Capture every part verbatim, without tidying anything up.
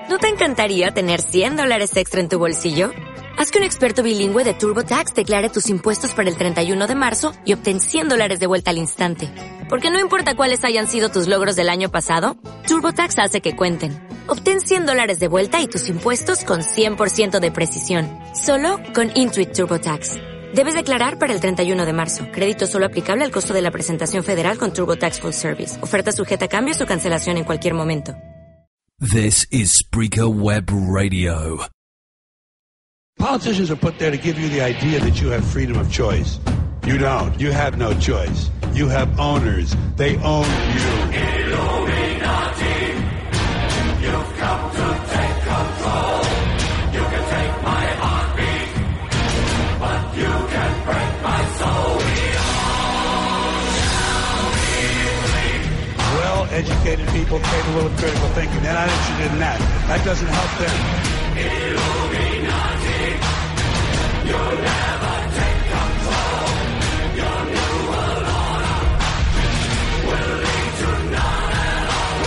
¿No te encantaría tener cien dólares extra en tu bolsillo? Haz que un experto bilingüe de TurboTax declare tus impuestos para el treinta y uno de marzo y obtén cien dólares de vuelta al instante. Porque no importa cuáles hayan sido tus logros del año pasado, TurboTax hace que cuenten. Obtén cien dólares de vuelta y tus impuestos con cien por ciento de precisión. Solo con Intuit TurboTax. Debes declarar para el treinta y uno de marzo. Crédito solo aplicable al costo de la presentación federal con TurboTax Full Service. Oferta sujeta a cambios o cancelación en cualquier momento. This is Spreaker Web Radio. Politicians are put there to give you the idea that you have freedom of choice. You don't. You have no choice. You have owners. They own you. Illuminati, you've come to take control. You can take my heartbeat, but you can break my soul. Well-educated people capable of critical thinking. They're not interested in that. That doesn't help them. Illuminati, you'll never take control. Your new world order will lead to none at all.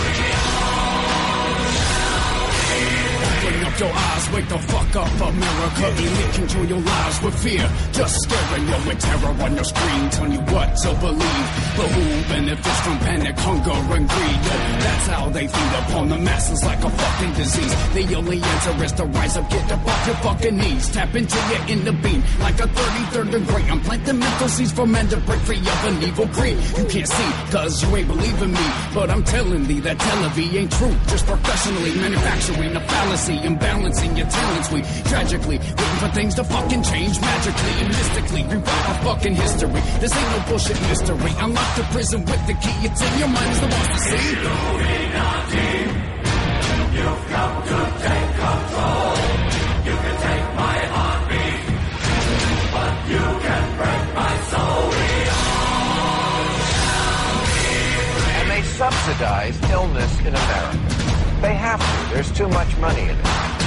We Open up your eyes, wake the fuck up, America. Elite control your lives with fear, just scaring you with terror on your screen, telling you what to believe. But who benefits from panic, hunger, and greed? Yo, that's how they feed upon the masses like a fucking disease. The only answer is to rise up, get up off your fucking knees. Tap into your inner being like a thirty-third degree. I'm planting mental seeds for men to break free of an evil greed. You can't see, cause you ain't believing me. But I'm telling thee that television ain't true. Just professionally manufacturing a fallacy, imbalancing your talents. We tragically waiting for things to fucking change magically and mystically. Rewrite our fucking history. This ain't no bullshit mystery. Unlock the prison with the key. It's in your mind, is the ones to see. Illuminati, you've come to take control. You can take my heartbeat, but you can break my soul. We all shall be. And they subsidize illness in America. They have to. There's too much money in it.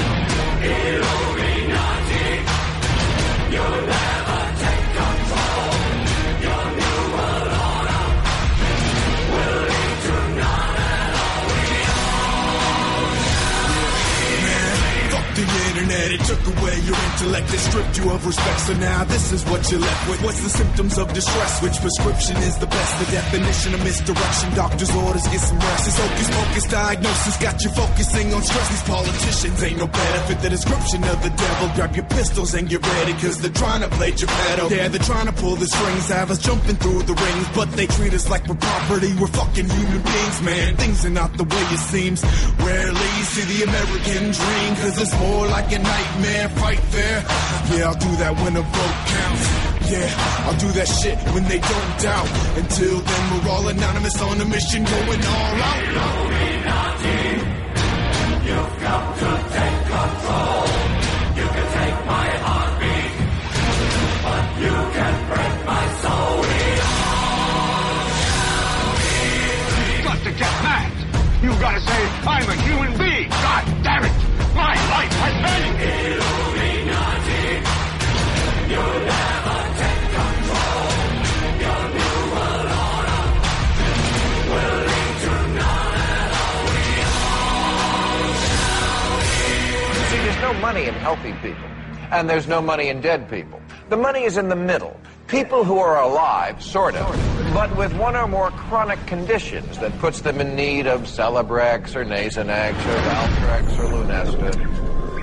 Illuminati, you'll never take control. Your new world order will lead to none at all. We all shall be. Fuck the internet, it took away your intellect, it stripped you of respect, so now this is what you're left with. What's the symptoms of distress? Which prescription is the best? The definition of misdirection, doctor's orders, get some rest. This hocus pocus diagnosis got you focusing on stress. These politicians ain't no better, fit the description of the devil. Grab your pistols and get ready, cause they're trying to play Geppetto. Yeah, they're trying to pull the strings, have us jumping through the rings, but they treat us like we're property. We're fucking human beings, man. Things are not the way it seems. Rarely see the American dream, cause it's more like a nightmare. Fight fair. Yeah, I'll do that when a vote counts. Yeah, I'll do that shit when they don't doubt. Until then, we're all anonymous on a mission, going all out. Illuminati, you've come to take control. You can take my heartbeat, but you can break my soul. We all shall be free. You've got to get mad. You've got to say, I'm a human being. God damn it. My life has been Illuminati, you'll never take control. Your new world order will lead to none at all. We all shall be. See, there's no money in healthy people, and there's no money in dead people. The money is in the middle. People who are alive, sort of, but with one or more chronic conditions that puts them in need of Celebrex or Nasonex or Valtrex or Lunesta.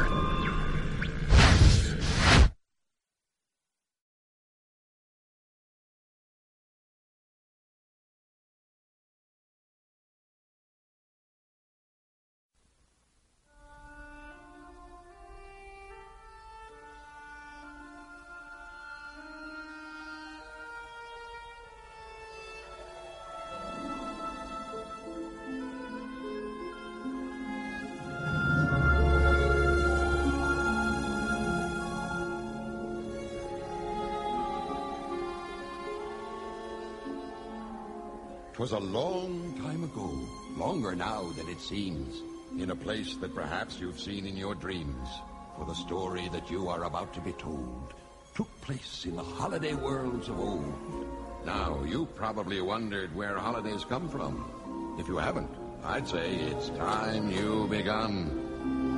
Was a long time ago, longer now than it seems, in a place that perhaps you've seen in your dreams, for the story that you are about to be told took place in the holiday worlds of old. Now, you probably wondered where holidays come from. If you haven't, I'd say it's time you begun.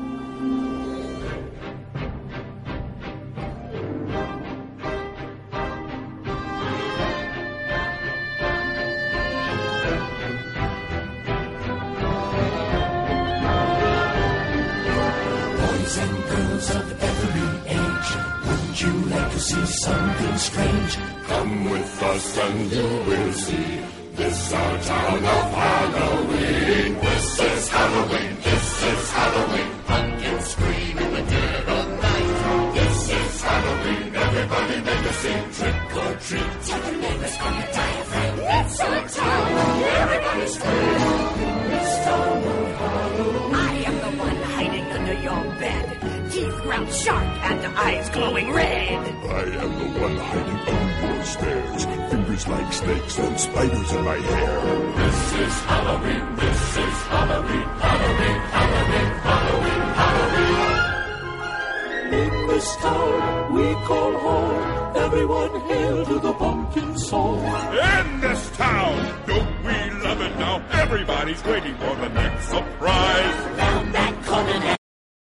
boys and girls of every age, wouldn't you like to see something strange? Come with us and you will see. This our town of Halloween. This is Halloween. This is Halloween. Pumpkins scream in the dead of night. This is Halloween. Everybody make a scene. Trick or treat. Tell your neighbors on your diaphragm. It's our town. Everybody scream. This town of Halloween. I am the one hiding under your bed. Teeth ground sharp and eyes glowing red. I am the one hiding under your stairs. Fingers like snakes and spiders in my hair. This is Halloween. This is Halloween. Halloween. Halloween. Halloween. Halloween. In this town we call home. Everyone hail to the pumpkin song. In this town, don't we love it now? Everybody's waiting for the next surprise. Found that corner.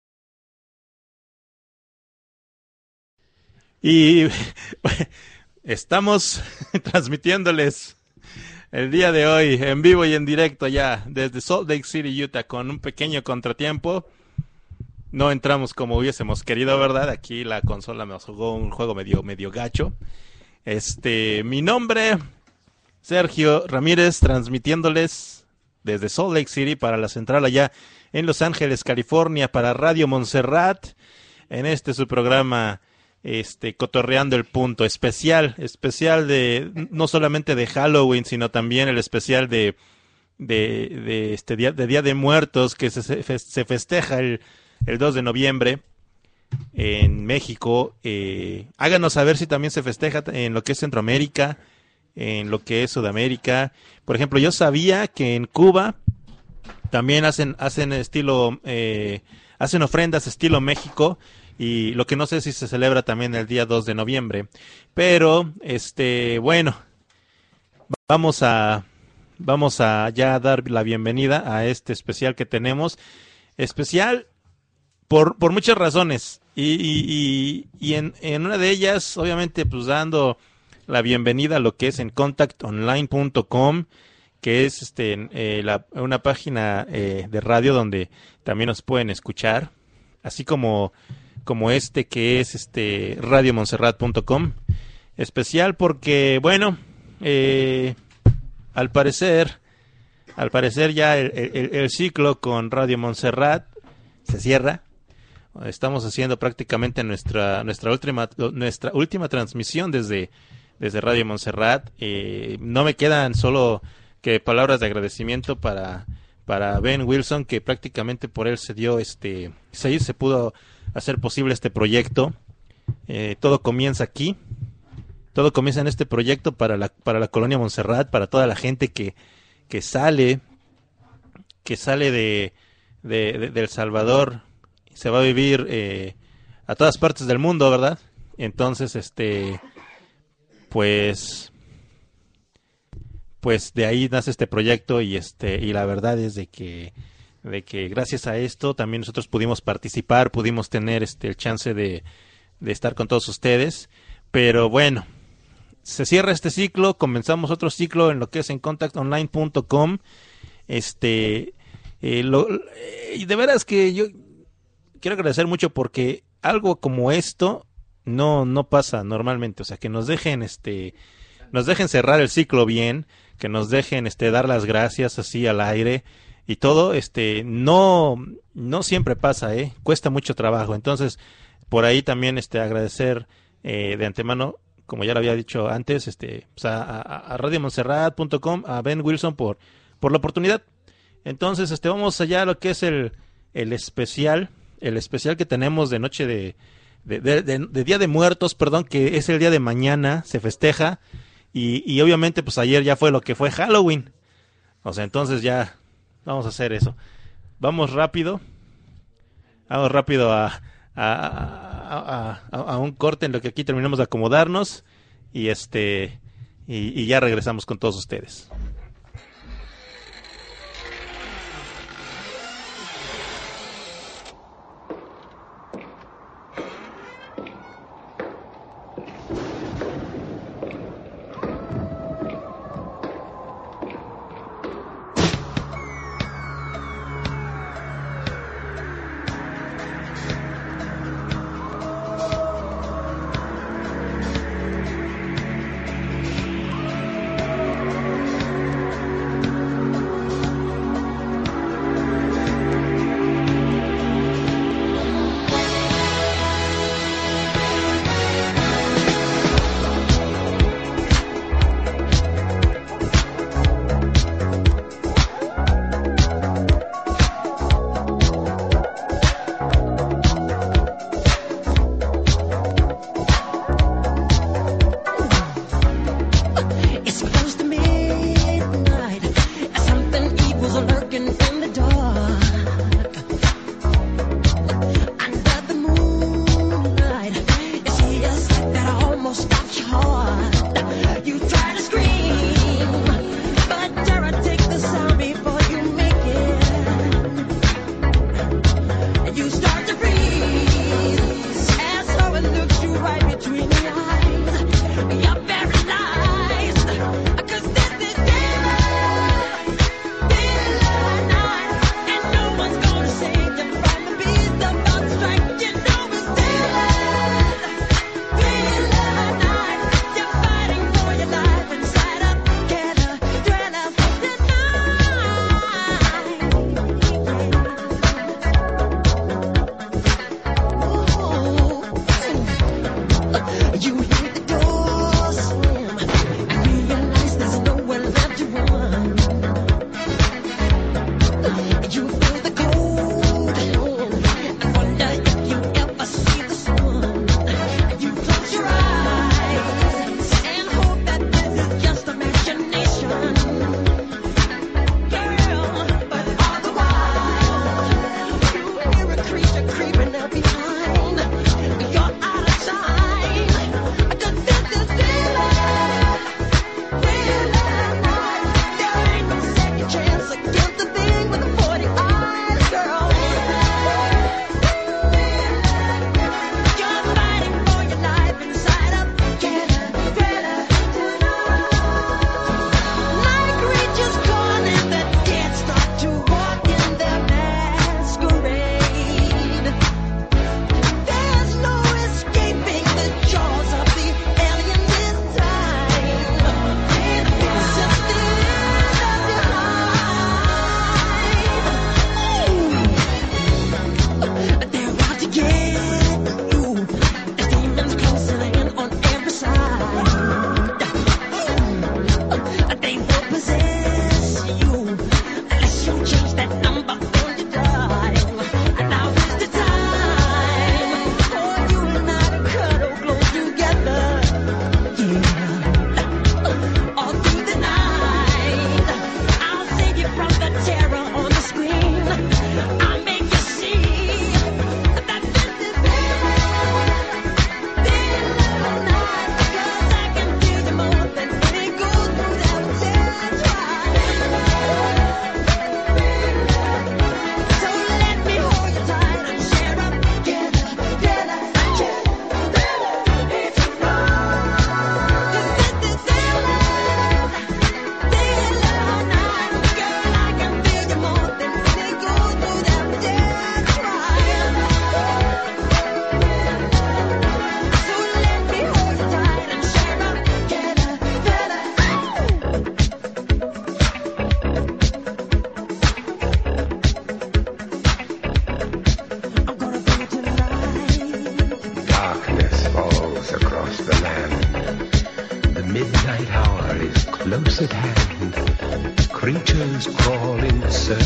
Y estamos transmitiéndoles el día de hoy en vivo y en directo ya desde Salt Lake City, Utah, con un pequeño contratiempo. No entramos como hubiésemos querido, ¿verdad? Aquí la consola nos jugó un juego medio, medio gacho. Este, mi nombre, Sergio Ramírez, transmitiéndoles desde Salt Lake City para la central allá en Los Ángeles, California, para Radio Montserrat, en este su programa, este, Cotorreando el Punto, especial, especial de, no solamente de Halloween, sino también el especial de, de, de este día, de Día de Muertos, que se, se festeja el, el dos de noviembre en México. Eh, háganos saber si también se festeja en lo que es Centroamérica, en lo que es Sudamérica. Por ejemplo, yo sabía que en Cuba también hacen, hacen estilo, eh, hacen ofrendas estilo México. Y lo que no sé si se celebra también el día dos de noviembre. Pero, este, bueno, vamos a, vamos a ya dar la bienvenida a este especial que tenemos. Especial por, por muchas razones. Y, y, y, y en, en una de ellas, obviamente, pues dando la bienvenida a lo que es en contact online punto com, que es este, eh, la, una página eh, de radio donde también nos pueden escuchar. Así como... como este que es este radio montserrat punto com, especial porque, bueno, eh, al parecer, al parecer ya el, el, el ciclo con Radio Montserrat se cierra. Estamos haciendo prácticamente nuestra nuestra última nuestra última transmisión desde desde Radio Montserrat. Eh, no me quedan solo que palabras de agradecimiento para para Ben Wilson, que prácticamente por él se dio este se, se pudo hacer posible este proyecto. Eh, todo comienza aquí, todo comienza en este proyecto para la para la colonia Montserrat, para toda la gente que que sale que sale de de, de, de El Salvador, se va a vivir eh, a todas partes del mundo, ¿verdad? Entonces, este, pues, pues de ahí nace este proyecto y este y la verdad es de que de que gracias a esto también nosotros pudimos participar, pudimos tener este el chance de, de estar con todos ustedes. Pero bueno, se cierra este ciclo, comenzamos otro ciclo en lo que es en contact online punto com. Este, eh, lo, eh, y de veras que yo quiero agradecer mucho porque algo como esto no no pasa normalmente, o sea, que nos dejen este nos dejen cerrar el ciclo bien, que nos dejen este dar las gracias así al aire. Y todo, este, no, no siempre pasa, eh, cuesta mucho trabajo. Entonces, por ahí también, este, agradecer eh, de antemano, como ya lo había dicho antes, este, pues a, a, a radio montserrat punto com, a Ben Wilson por, por la oportunidad. Entonces, este, vamos allá a lo que es el, el especial, el especial que tenemos de noche de, de, de, de, de Día de Muertos, perdón, que es el día de mañana, se festeja. Y, y obviamente, pues ayer ya fue lo que fue Halloween. O sea, entonces ya vamos a hacer eso. Vamos rápido. Vamos rápido a, a, a, a, a un corte en lo que aquí terminamos de acomodarnos. Y este y, y ya regresamos con todos ustedes.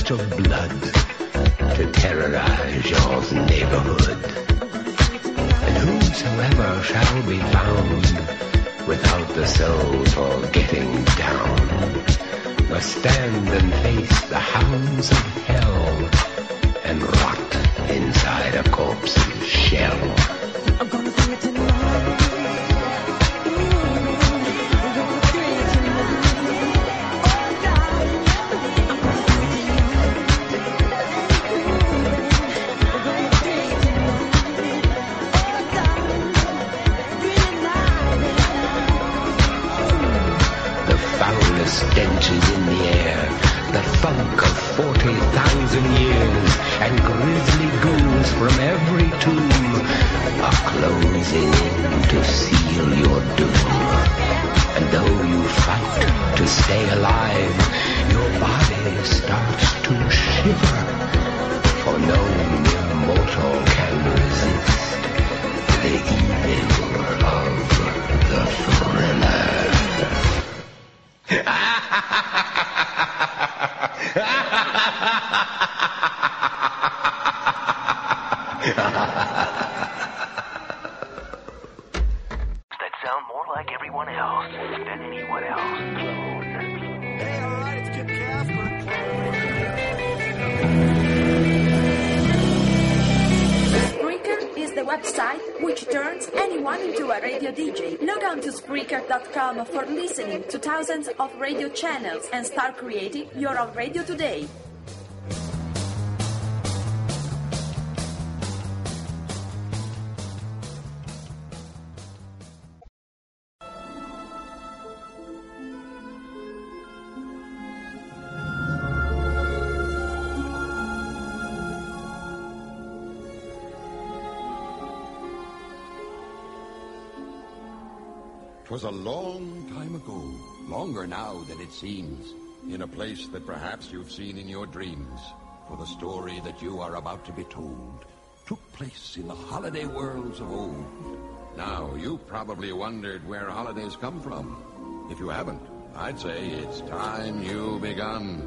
lust of blood to terrorize your neighborhood. And whosoever shall be found without the soul for getting down must stand and face the hounds of hell and rot inside a corpse's shell. I'm gonna do it tonight. Stench is in the air, the funk of forty thousand years, and grisly ghouls from every tomb are closing in to seal your doom. And though you fight to stay alive, your body starts to shiver, for no mere mortal can resist the evil of the thriller. That sound more like everyone else than anyone else. Hey, all right, it's Kid Casper. Spreaker is the website which turns anyone into a radio D J. Log on to Spreaker dot com for listening to thousands of radio channels and start creating your own radio today. Twas a long time ago, longer now than it seems, in a place that perhaps you've seen in your dreams, for the story that you are about to be told took place in the holiday worlds of old. Now, you've probably wondered where holidays come from. If you haven't, I'd say it's time you begun.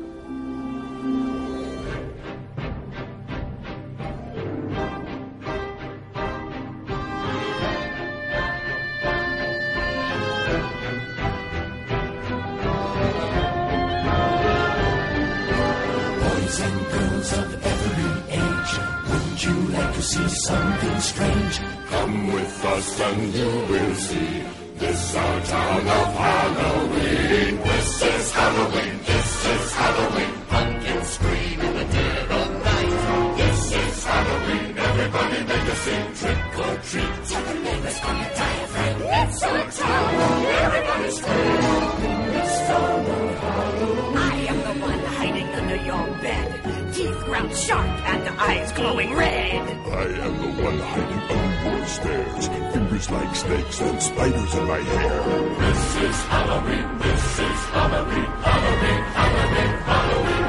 See something strange. Come with us and you will see. This our town of Halloween. This is Halloween. This is Halloween. Pumpkins scream in the dead of night. This is Halloween. Everybody make a scene. Trick or treat. Tell the neighbors on your diaphragm. It's our town. Everybody scream. In this town of Halloween. I am the one hiding under your bed. Teeth ground sharp and eyes glowing red. I am the one hiding under your stairs. Fingers like snakes and spiders in my hair. This is Halloween. This is Halloween. Halloween. Halloween.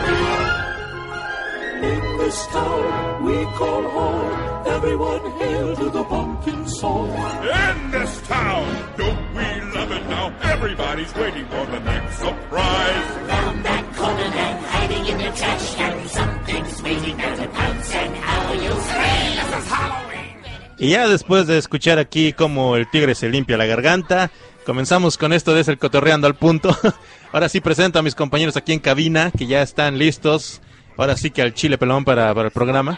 Halloween. Halloween. In this town we call home. Everyone hail to the pumpkin song. In this town, don't we love it now? Everybody's waiting for the next surprise. Found that Conan and hiding in your trash can. Something's waiting there to pounce and how you scream. This is Halloween. Y ya después de escuchar aquí cómo el tigre se limpia la garganta, comenzamos con esto de ser cotorreando al punto. Ahora sí presento a mis compañeros aquí en cabina, que ya están listos. Ahora sí que al chile pelón para, para el programa.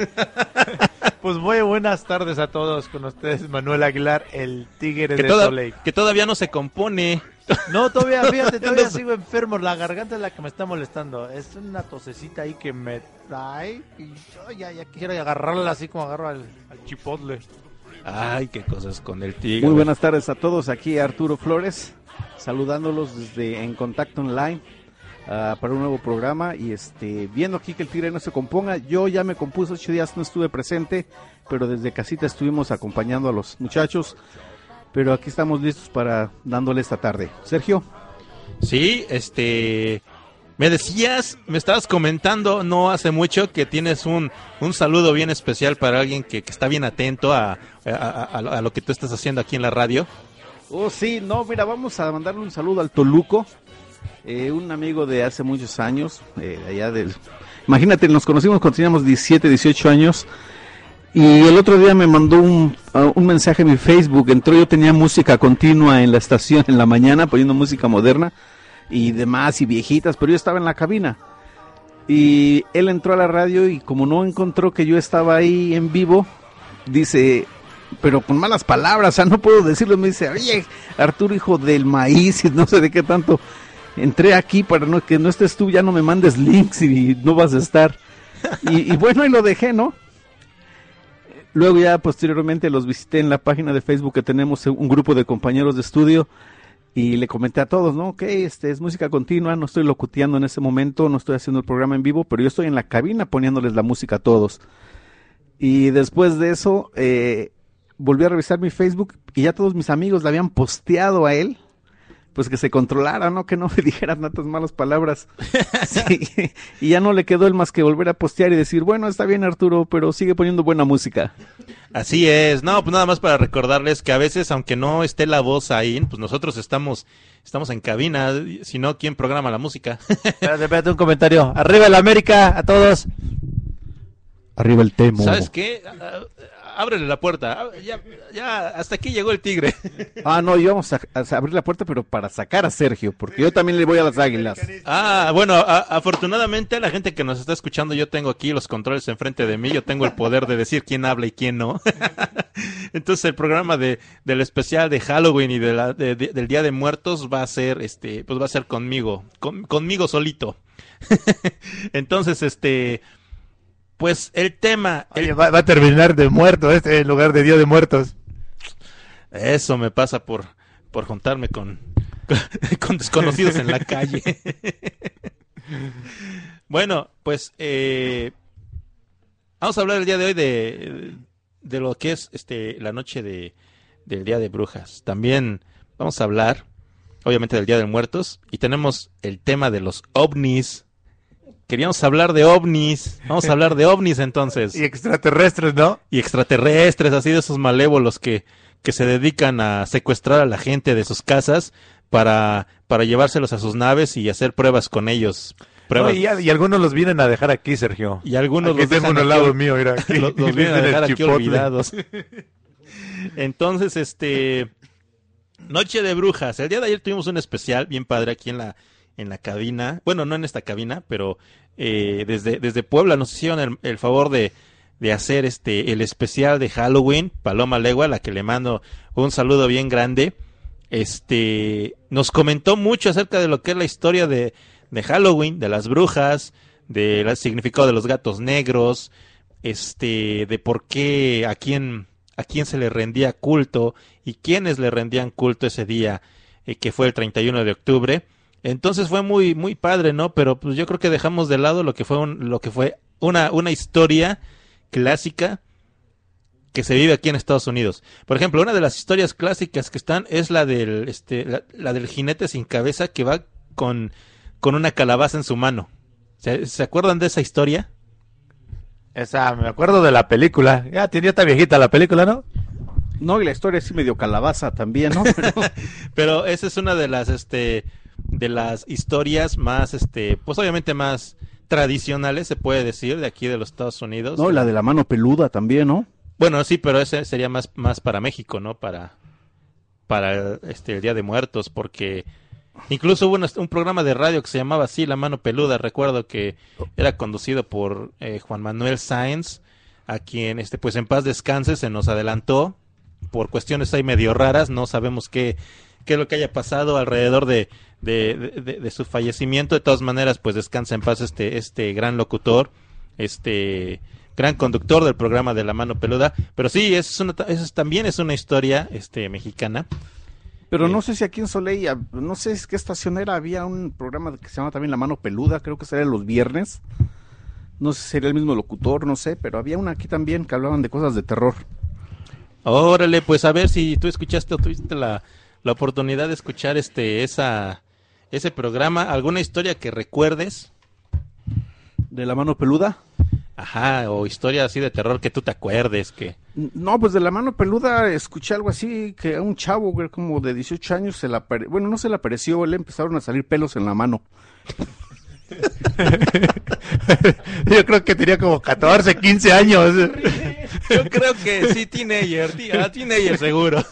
Pues muy buenas tardes a todos, con ustedes Manuel Aguilar, el tigre que de toda, Soleil. Que todavía no se compone. No, todavía, fíjate, todavía sigo enfermo, la garganta es la que me está molestando. Es una tosecita ahí que me trae y yo ya, ya quiero agarrarla así como agarro al, al chipotle. Ay, qué cosas con el tigre. Muy buenas tardes a todos, aquí Arturo Flores, saludándolos desde En Contacto Online. Uh, para un nuevo programa y este viendo aquí que el tigre no se componga. Yo ya me compuse, ocho días no estuve presente, pero desde casita estuvimos acompañando a los muchachos, pero aquí estamos listos para dándole esta tarde. Sergio. Sí, este me decías, me estabas comentando no hace mucho que tienes un, un saludo bien especial para alguien que, que está bien atento a, a, a, a lo que tú estás haciendo aquí en la radio. Oh sí, no, mira, vamos a mandarle un saludo al Toluco, Eh, un amigo de hace muchos años, eh, allá del... Imagínate, nos conocimos cuando teníamos diecisiete, dieciocho años. Y el otro día me mandó un, uh, un mensaje en mi Facebook. Entró, yo tenía música continua en la estación en la mañana, poniendo música moderna y demás, y viejitas, pero yo estaba en la cabina. Y él entró a la radio y como no encontró que yo estaba ahí en vivo, dice, pero con malas palabras, o sea, no puedo decirlo, me dice, oye, Arturo, hijo del maíz, y no sé de qué tanto, entré aquí para no, que no estés tú, ya no me mandes links y no vas a estar. Y, y bueno, y lo dejé, ¿no? Luego ya posteriormente los visité en la página de Facebook que tenemos un grupo de compañeros de estudio y le comenté a todos, ¿no? Ok, este es música continua, no estoy locuteando en ese momento, no estoy haciendo el programa en vivo, pero yo estoy en la cabina poniéndoles la música a todos. Y después de eso eh, volví a revisar mi Facebook y ya todos mis amigos le habían posteado a él, pues que se controlara, ¿no? Que no me dijeran tantas malas palabras. Sí, y ya no le quedó el más que volver a postear y decir, bueno, está bien Arturo, pero sigue poniendo buena música. Así es. No, pues nada más para recordarles que a veces, aunque no esté la voz ahí, pues nosotros estamos estamos en cabina, si no, ¿quién programa la música? Espérate, espérate un comentario. Arriba el América, a todos. Arriba el Temo. ¿Sabes qué? Ábrele la puerta. Ya, ya, hasta aquí llegó el Tigre. Ah, no, íbamos a, a abrir la puerta, pero para sacar a Sergio, porque yo también le voy a las Águilas. Ah, bueno, a, afortunadamente la gente que nos está escuchando, yo tengo aquí los controles enfrente de mí, yo tengo el poder de decir quién habla y quién no. Entonces el programa de del especial de Halloween y de la, de, de, del Día de Muertos va a ser, este, pues va a ser conmigo, con, conmigo solito. Entonces, este... Pues el tema... El... Oye, va, va a terminar de muerto este en lugar de Día de Muertos. Eso me pasa por, por juntarme con, con, con desconocidos en la calle. Bueno, pues eh, vamos a hablar el día de hoy de, de lo que es este la noche de, del Día de Brujas. También vamos a hablar, obviamente, del Día de Muertos. Y tenemos el tema de los ovnis. Queríamos hablar de ovnis, vamos a hablar de ovnis entonces. Y extraterrestres, ¿no? Y extraterrestres, así de esos malévolos que, que se dedican a secuestrar a la gente de sus casas para, para llevárselos a sus naves y hacer pruebas con ellos. Pruebas. No, y, y algunos los vienen a dejar aquí, Sergio. Y algunos aquí los tengo dejan uno al lado aquí, mío, mira. Aquí. Los, los vienen a dejar aquí olvidados. Entonces, este... Noche de Brujas. El día de ayer tuvimos un especial bien padre aquí en la... en la cabina, bueno, no en esta cabina, pero eh, desde, desde Puebla nos hicieron el, el favor de, de hacer este el especial de Halloween, Paloma Legua, a la que le mando un saludo bien grande. Este, nos comentó mucho acerca de lo que es la historia de, de Halloween, de las brujas, del significado de los gatos negros, este, de por qué, a quién, a quién se le rendía culto y quiénes le rendían culto ese día, eh, que fue el treinta y uno de octubre. Entonces fue muy muy padre, ¿no? Pero pues yo creo que dejamos de lado lo que fue un, lo que fue una una historia clásica que se vive aquí en Estados Unidos. Por ejemplo, una de las historias clásicas que están es la del este la, la del jinete sin cabeza que va con con una calabaza en su mano. ¿Se, ¿se acuerdan de esa historia? Esa, me acuerdo de la película. Ya tenía esta viejita la película, ¿no? No, y la historia sí medio calabaza también, ¿no? Pero, Pero esa es una de las este de las historias más, este, pues obviamente más tradicionales, se puede decir, de aquí de los Estados Unidos. No, la de la mano peluda también, ¿no? Bueno, sí, pero ese sería más, más para México, ¿no? Para, para este, el Día de Muertos, porque incluso hubo un, un programa de radio que se llamaba así, La Mano Peluda. Recuerdo que era conducido por eh, Juan Manuel Sáenz, a quien, este, pues en paz descanse, se nos adelantó por cuestiones ahí medio raras. No sabemos qué, qué es lo que haya pasado alrededor de De, de, de su fallecimiento. De todas maneras, pues descansa en paz este este gran locutor, este gran conductor del programa de La Mano Peluda. Pero sí, es una, es, también es una historia este mexicana. Pero eh, no sé si aquí en Soleil, no sé qué estación era, había un programa que se llama también La Mano Peluda, creo que sería los viernes. No sé si sería el mismo locutor, no sé, pero había una aquí también que hablaban de cosas de terror. Órale, pues a ver si tú escuchaste o tuviste la, la oportunidad de escuchar este esa ese programa, alguna historia que recuerdes de La Mano Peluda. Ajá, o historia así de terror que tú te acuerdes que... No, pues de la mano peluda escuché algo así, que a un chavo, güey, como de dieciocho años, se le apare... bueno, no se le apareció, le empezaron a salir pelos en la mano. Yo creo que tenía como catorce, quince años. Yo creo que sí, teenager, tía, teenager seguro.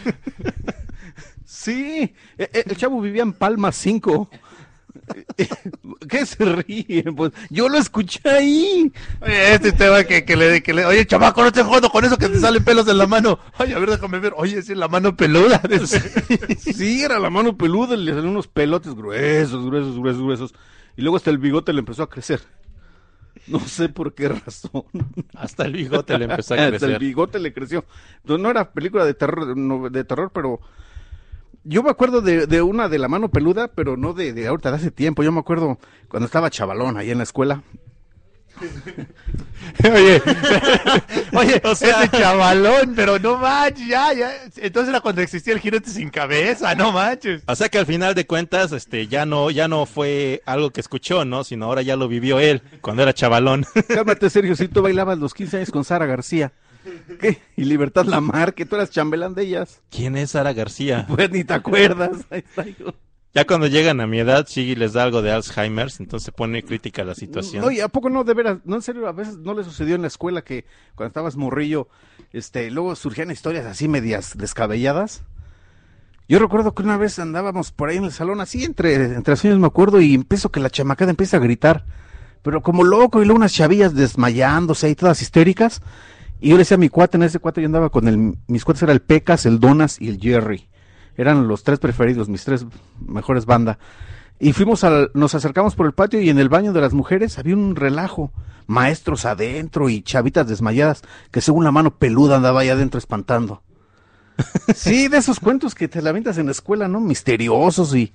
Sí, el chavo vivía en Palma cinco. ¿Qué se ríen? Pues yo lo escuché ahí. Oye, este tema que, que, le, que le... Oye, chamaco, no te jodo con eso que te salen pelos en la mano. Oye, a ver, déjame ver. Oye, es la mano peluda. Sí, era la mano peluda, le salían unos pelotes gruesos, gruesos, gruesos, gruesos. Y luego hasta el bigote le empezó a crecer. No sé por qué razón. Hasta el bigote le empezó a crecer. Hasta el bigote le creció. Entonces, no era película de terror, no, de terror, pero... Yo me acuerdo de, de una de la mano peluda, pero no de, de ahorita, de hace tiempo. Yo me acuerdo cuando estaba chavalón ahí en la escuela. Oye, oye, o sea, ese chavalón, pero no manches, ya, ya. Entonces era cuando existía el jinete sin cabeza, no manches. O sea que al final de cuentas, este, ya no, ya no fue algo que escuchó, ¿no? Sino ahora ya lo vivió él cuando era chavalón. Cálmate, Sergio, si tú bailabas los quince años con Sara García. ¿Qué? Y Libertad Lamar, que tú eras chambelán de ellas. ¿Quién es Sara García? Pues ni te acuerdas. Ahí está yo. Ya cuando llegan a mi edad, sí les da algo de Alzheimer, entonces se pone crítica la situación. No, y ¿a poco no, de veras? No, en serio, a veces no le sucedió en la escuela que cuando estabas morrillo, este, luego surgían historias así medias descabelladas. Yo recuerdo que una vez andábamos por ahí en el salón, así entre, entre sueños me acuerdo, y empiezo que la chamacada empieza a gritar, pero como loco, y luego unas chavillas desmayándose ahí todas histéricas. Y yo le decía a mi cuate, en ese cuate yo andaba con el, mis cuates eran el Pecas, el Donas y el Jerry. Eran los tres preferidos, mis tres mejores bandas. Y fuimos al, nos acercamos por el patio y en el baño de las mujeres había un relajo. Maestros adentro y chavitas desmayadas que según la mano peluda andaba ahí adentro espantando. Sí, de esos cuentos que te lamentas en la escuela, ¿no? Misteriosos y,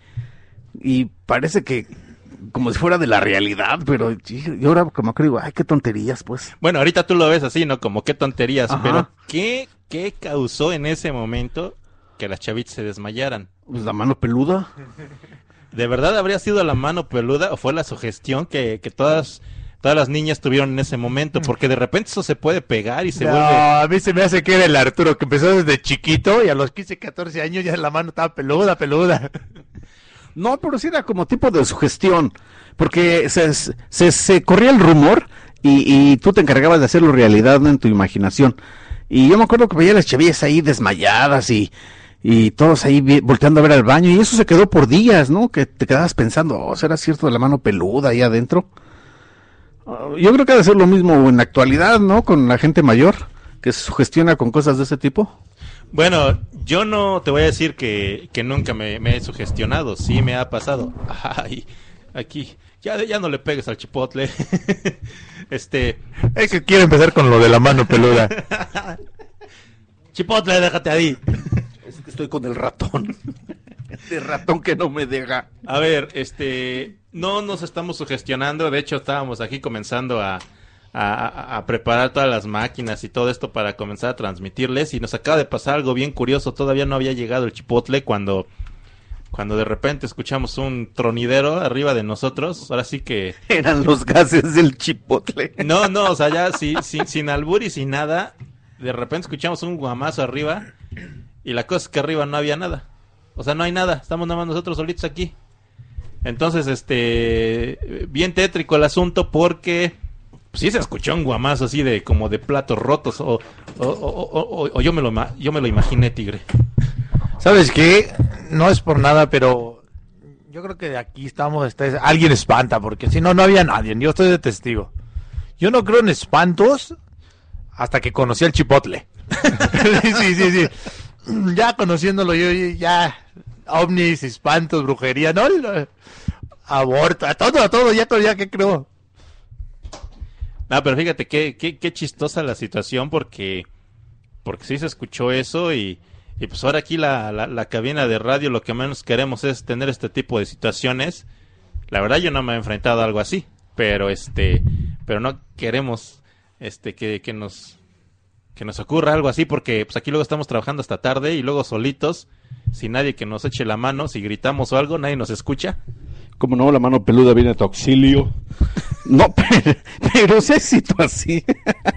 y parece que... como si fuera de la realidad, pero yo ahora como que digo, ay, qué tonterías, pues. Bueno, ahorita tú lo ves así, ¿no? Como qué tonterías, Ajá. Pero ¿qué, ¿qué causó en ese momento que las chavitas se desmayaran? Pues la mano peluda. ¿De verdad habría sido la mano peluda o fue la sugestión que, que todas... todas las niñas tuvieron en ese momento? Porque de repente eso se puede pegar y se no, vuelve... a mí se me hace que era el Arturo, que empezó desde chiquito y a los quince, catorce años ya la mano estaba peluda, peluda. No, pero sí era como tipo de sugestión, porque se, se, se corría el rumor y, y tú te encargabas de hacerlo realidad, ¿no? En tu imaginación. Y yo me acuerdo que veía las chavillas ahí desmayadas y, y todos ahí vi, volteando a ver al baño, y eso se quedó por días, ¿no? Que te quedabas pensando, oh, ¿será cierto de la mano peluda ahí adentro? Uh, yo creo que ha de ser lo mismo en la actualidad, ¿no? Con la gente mayor, que se sugestiona con cosas de ese tipo. Bueno, yo no te voy a decir que, que nunca me, me he sugestionado, sí me ha pasado. Ay, aquí, ya, ya no le pegues al chipotle. este... Es que quiero empezar con lo de la mano peluda. Chipotle, déjate ahí. Es que estoy con el ratón. Este ratón que no me deja. A ver, este, no nos estamos sugestionando, de hecho estábamos aquí comenzando a... A, a preparar todas las máquinas y todo esto para comenzar a transmitirles, y nos acaba de pasar algo bien curioso. Todavía no había llegado el chipotle cuando cuando de repente escuchamos un tronidero arriba de nosotros. Ahora sí que eran los gases del chipotle. No, no, o sea, ya sí, sin, sin albur y sin nada, de repente escuchamos un guamazo arriba, y la cosa es que arriba no había nada. O sea, no hay nada, estamos nada más nosotros solitos aquí. Entonces, este, bien tétrico el asunto, porque pues sí se escuchó un guamazo así de como de platos rotos, o, o, o, o, o yo me lo yo me lo imaginé, tigre. ¿Sabes qué? No es por nada, pero yo creo que de aquí estamos, está, alguien espanta, porque si no, no había nadie, yo estoy de testigo. Yo no creo en espantos hasta que conocí al chipotle. sí, sí, sí. Ya conociéndolo yo, ya ovnis, espantos, brujería, no, aborto, a todo, a todo, ya, ya que creo. No, pero fíjate qué, qué, qué chistosa la situación, porque porque sí se escuchó eso, y, y pues ahora aquí la, la, la cabina de radio lo que menos queremos es tener este tipo de situaciones. La verdad yo no me he enfrentado a algo así, pero este pero no queremos este que, que nos que nos ocurra algo así, porque pues aquí luego estamos trabajando hasta tarde y luego solitos, sin nadie que nos eche la mano. Si gritamos o algo, nadie nos escucha. Como no, la mano peluda viene a tu auxilio. No, pero, pero sí hay situación.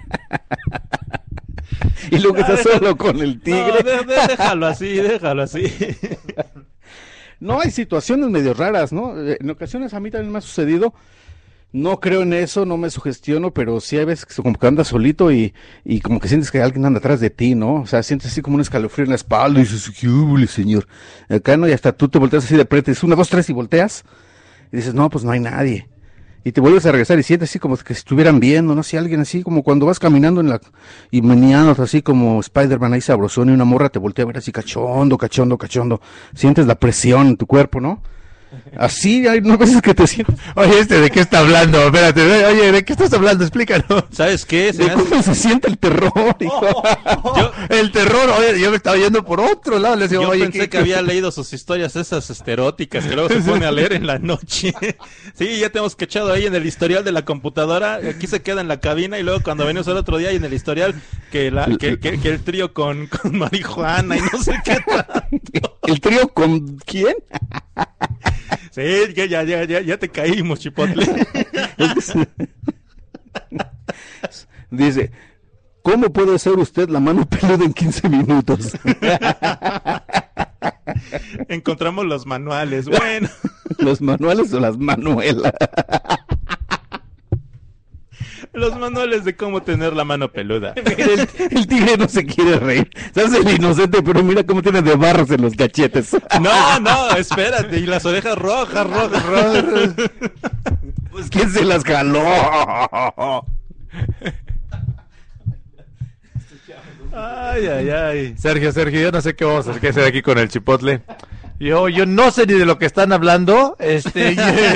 Y luego está solo con el tigre. No, de, de, déjalo así, déjalo así. No, hay situaciones medio raras, ¿no? En ocasiones a mí también me ha sucedido. No creo en eso, no me sugestiono, pero sí hay veces que como que andas solito y, y como que sientes que alguien anda atrás de ti, ¿no? O sea, sientes así como un escalofrío en la espalda y dices, ¿qué hubo, señor? Acá no, y hasta tú te volteas así de frente, dices, una, dos, tres, y volteas y dices, no, pues no hay nadie. Y te vuelves a regresar y sientes así como que si estuvieran viendo, no sé, alguien así como cuando vas caminando en la, y meneando así como Spider-Man ahí sabrosón y una morra te voltea a ver así cachondo, cachondo, cachondo. Sientes la presión en tu cuerpo, ¿no? Así hay unas veces que te sientes. Oye, este, ¿de qué está hablando? Espérate, oye, ¿de qué estás hablando? Explícanos. ¿Sabes qué? ¿De cómo se siente el terror, hijo? Yo, el terror, oye, yo me estaba yendo por otro lado. Le decía, yo oye, pensé ¿qué, que había leído sus historias esas esteróticas que luego se pone a leer en la noche. Sí, ya tenemos que echado ahí en el historial de la computadora. Aquí se queda en la cabina y luego cuando venimos el otro día y en el historial que, la, que, que, que el trío con, con marihuana y no sé qué tanto. ¿El trío con quién? Sí, que ya, ya, ya, ya te caímos, Chipotle. Dice, ¿cómo puede hacer usted la mano peluda en quince minutos? Encontramos los manuales, bueno. ¿Los manuales o las manuelas? Los manuales de cómo tener la mano peluda. El, el tigre no se quiere reír. Se hace el inocente, pero mira cómo tiene de barros en los cachetes. No, no, espérate. Y las orejas rojas, rojas, rojas. Pues ¿quién se las jaló? Ay, ay, ay. Sergio, Sergio, yo no sé qué vamos a hacer, qué hacer aquí con el Chipotle. Yo, yo no sé ni de lo que están hablando. Este...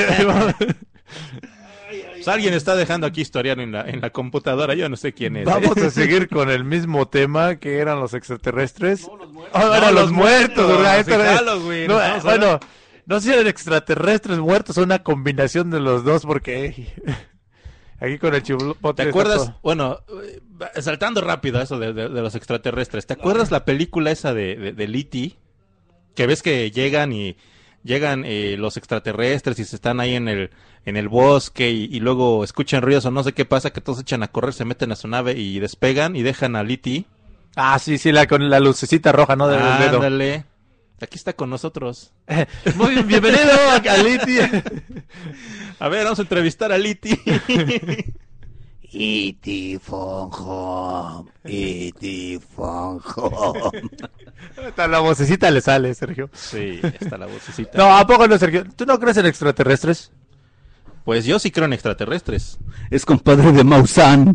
Pues alguien está dejando aquí historial en la, en la computadora, yo no sé quién es. Vamos ¿eh? a seguir con el mismo tema que eran los extraterrestres. No, los muertos. Oh, no, eran los los muertos, muertos, ¿verdad? sí, Halloween, no, vamos a bueno, ver. no sé si eran extraterrestres muertos o una combinación de los dos, porque aquí con el Chipotle. ¿Te acuerdas? todo... Bueno, saltando rápido a eso de, de, de los extraterrestres, ¿te acuerdas la película esa de, de, de E T? Que ves que llegan y llegan eh, los extraterrestres y se están ahí en el en el bosque y, y luego escuchan ruidos o no sé qué pasa, que todos echan a correr, se meten a su nave y despegan y dejan a E T. Ah, sí, sí, la con la lucecita roja, ¿no? Del dedo. Ándale. Aquí está con nosotros. Muy bien, bienvenido a E T. A ver, vamos a entrevistar a E T. E T Phone Home. E T Phone Home. Hasta la vocecita le sale, Sergio. Sí, está la vocecita. No, ¿a poco no, Sergio? ¿Tú no crees en extraterrestres? Pues yo sí creo en extraterrestres. Es compadre de Maussan.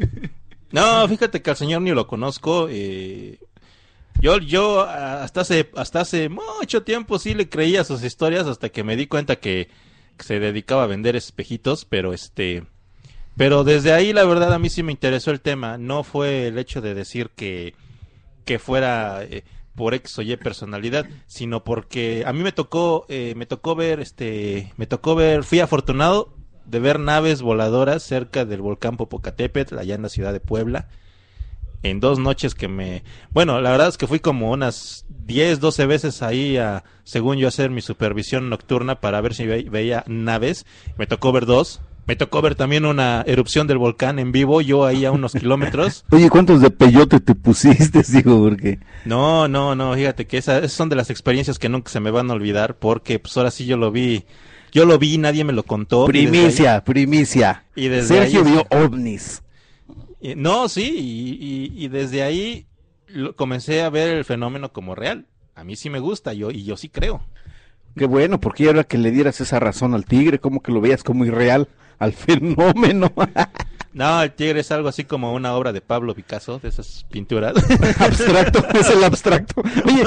No, fíjate que al señor ni lo conozco. Eh, yo, yo hasta hace, hasta hace mucho tiempo sí le creía sus historias hasta que me di cuenta que, que se dedicaba a vender espejitos, pero este, pero desde ahí la verdad a mí sí me interesó el tema. No fue el hecho de decir que, que fuera eh, por X o Y personalidad, sino porque a mí me tocó, eh, me tocó ver, este, me tocó ver, fui afortunado de ver naves voladoras cerca del volcán Popocatépetl, allá en la ciudad de Puebla, en dos noches que me... Bueno, la verdad es que fui como unas diez, doce veces ahí a, según yo, hacer mi supervisión nocturna para ver si ve, veía naves. Me tocó ver dos. Me tocó ver también una erupción del volcán en vivo, yo ahí a unos kilómetros. Oye, ¿cuántos de peyote te pusiste, digo? Porque... No, no, no, fíjate que esa, esas son de las experiencias que nunca se me van a olvidar, porque pues ahora sí yo lo vi... Yo lo vi, nadie me lo contó. Primicia, ahí, primicia. Y desde Sergio ahí, vio ovnis. Y, no, sí, y, y, y desde ahí lo, comencé a ver el fenómeno como real. A mí sí me gusta, yo y yo sí creo. Qué bueno, porque era que le dieras esa razón al tigre, como que lo veías como irreal al fenómeno. No, el tigre es algo así como una obra de Pablo Picasso, de esas pinturas. Abstracto, es el abstracto. Oye,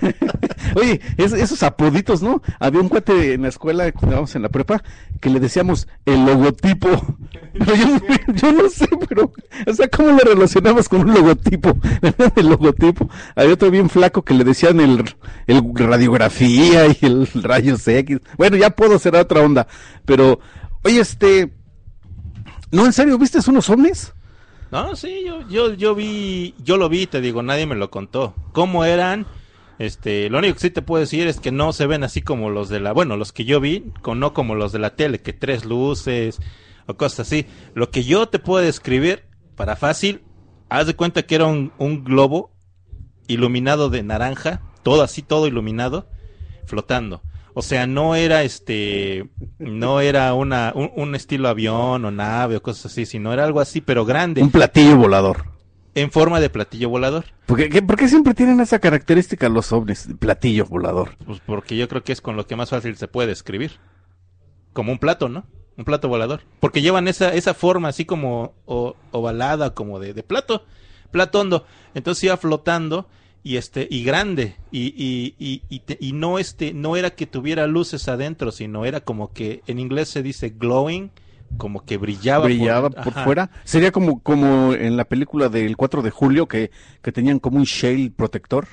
oye, es, esos apoditos, ¿no? Había un cuate en la escuela, cuando estábamos en la prepa, que le decíamos el logotipo. Pero yo, yo no sé, pero, o sea, ¿cómo lo relacionamos con un logotipo? El logotipo. Había otro bien flaco que le decían el, el radiografía y el rayos X. Bueno, ya puedo ser otra onda, pero, oye, este... ¿No, en serio, viste unos ovnis? No, sí, yo, yo, yo vi, yo lo vi, te digo, nadie me lo contó. ¿Cómo eran? Este, lo único que sí te puedo decir es que no se ven así como los de la, bueno, los que yo vi, con, no como los de la tele, que tres luces, o cosas así. Lo que yo te puedo describir, para fácil, haz de cuenta que era un, un globo iluminado de naranja, todo así, todo iluminado, flotando. O sea, no era este, no era una, un, un estilo avión o nave o cosas así, sino era algo así, pero grande. Un platillo volador. En forma de platillo volador. ¿Por qué, ¿Por qué siempre tienen esa característica los ovnis, platillo volador? Pues porque yo creo que es con lo que más fácil se puede describir. Como un plato, ¿no? Un plato volador. Porque llevan esa, esa forma así como o, ovalada, como de, de plato, plato hondo. Entonces iba flotando. Y este, y grande, y, y, y, y, te, y no este, no era que tuviera luces adentro, sino era como que, en inglés se dice glowing, como que brillaba. Brillaba por, por fuera. Sería como, como en la película del cuatro de julio, que, que tenían como un shell protector.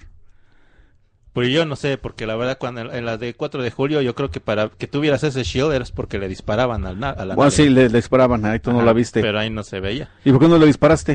Pues yo no sé, porque la verdad, cuando en la de cuatro de julio, yo creo que para que tuvieras ese shield eras porque le disparaban al, a la Bueno, sí, le, le disparaban, ahí tú Ajá, no la viste. Pero ahí no se veía. ¿Y por qué no le disparaste?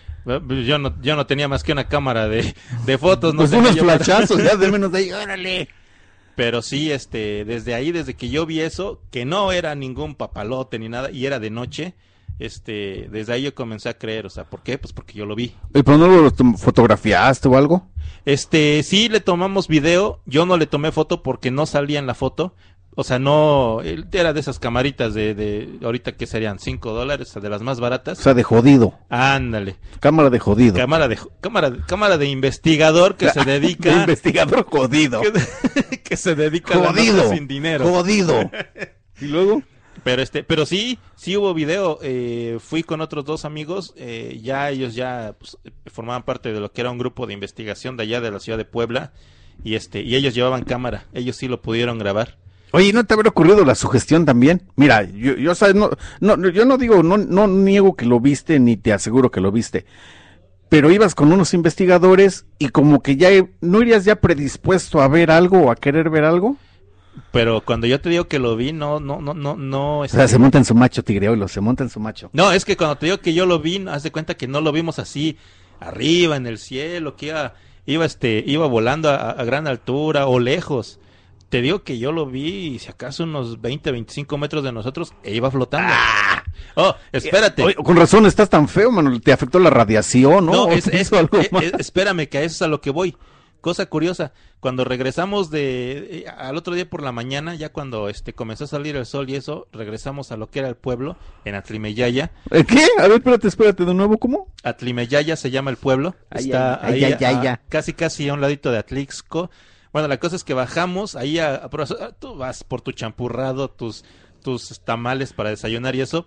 Yo no, yo no tenía más que una cámara de, de fotos. No pues sé unos flashazos, ya de menos de ahí, órale. Pero sí, este, desde ahí, desde que yo vi eso, que no era ningún papalote ni nada, y era de noche, este, desde ahí yo comencé a creer, o sea, ¿por qué? Pues porque yo lo vi. ¿Y pero no lo fotografiaste o algo? Este, sí le tomamos video, yo no le tomé foto porque no salía en la foto. O sea, no, era de esas camaritas de, de ahorita que serían cinco dólares, de las más baratas. O sea, de jodido. Ándale. Cámara de jodido. Cámara de, cámara, cámara de investigador que se dedica. De investigador jodido. Que, que se dedica jodido, a la nota sin dinero. Jodido. ¿Y luego? Pero este, pero sí, sí hubo video. Eh, fui con otros dos amigos, eh, ya ellos ya pues, formaban parte de lo que era un grupo de investigación de allá de la ciudad de Puebla, y este, y ellos llevaban cámara, ellos sí lo pudieron grabar. Oye, ¿no te habrá ocurrido la sugestión también? Mira, yo, yo sabes, no, no, yo no digo, no, no niego que lo viste, ni te aseguro que lo viste, pero ibas con unos investigadores y como que ya, ¿no irías ya predispuesto a ver algo o a querer ver algo? Pero cuando yo te digo que lo vi, no, no, no, no, no. Este... O sea, se monta en su macho, tigre, oílo, se monta en su macho. No, es que cuando te digo que yo lo vi, haz de cuenta que no lo vimos así, arriba, en el cielo, que iba, iba este, iba volando a, a gran altura o lejos. Te digo que yo lo vi, si acaso unos veinte, veinticinco metros de nosotros, e iba flotando. ¡Ah! Oh, espérate. Oye, con razón estás tan feo, mano, te afectó la radiación, ¿no? No, es, es, algo es, es, espérame, que a eso es a lo que voy. Cosa curiosa, cuando regresamos de, eh, al otro día por la mañana, ya cuando este comenzó a salir el sol y eso, regresamos a lo que era el pueblo, en Atlimeyaya. ¿Qué? A ver, espérate, espérate, de nuevo, ¿cómo? Atlimeyaya se llama el pueblo. Ay, Está ay, ahí ay, ay, a, casi casi a un ladito de Atlixco. Bueno, la cosa es que bajamos ahí a, a, a tú vas por tu champurrado, tus tus tamales para desayunar y eso.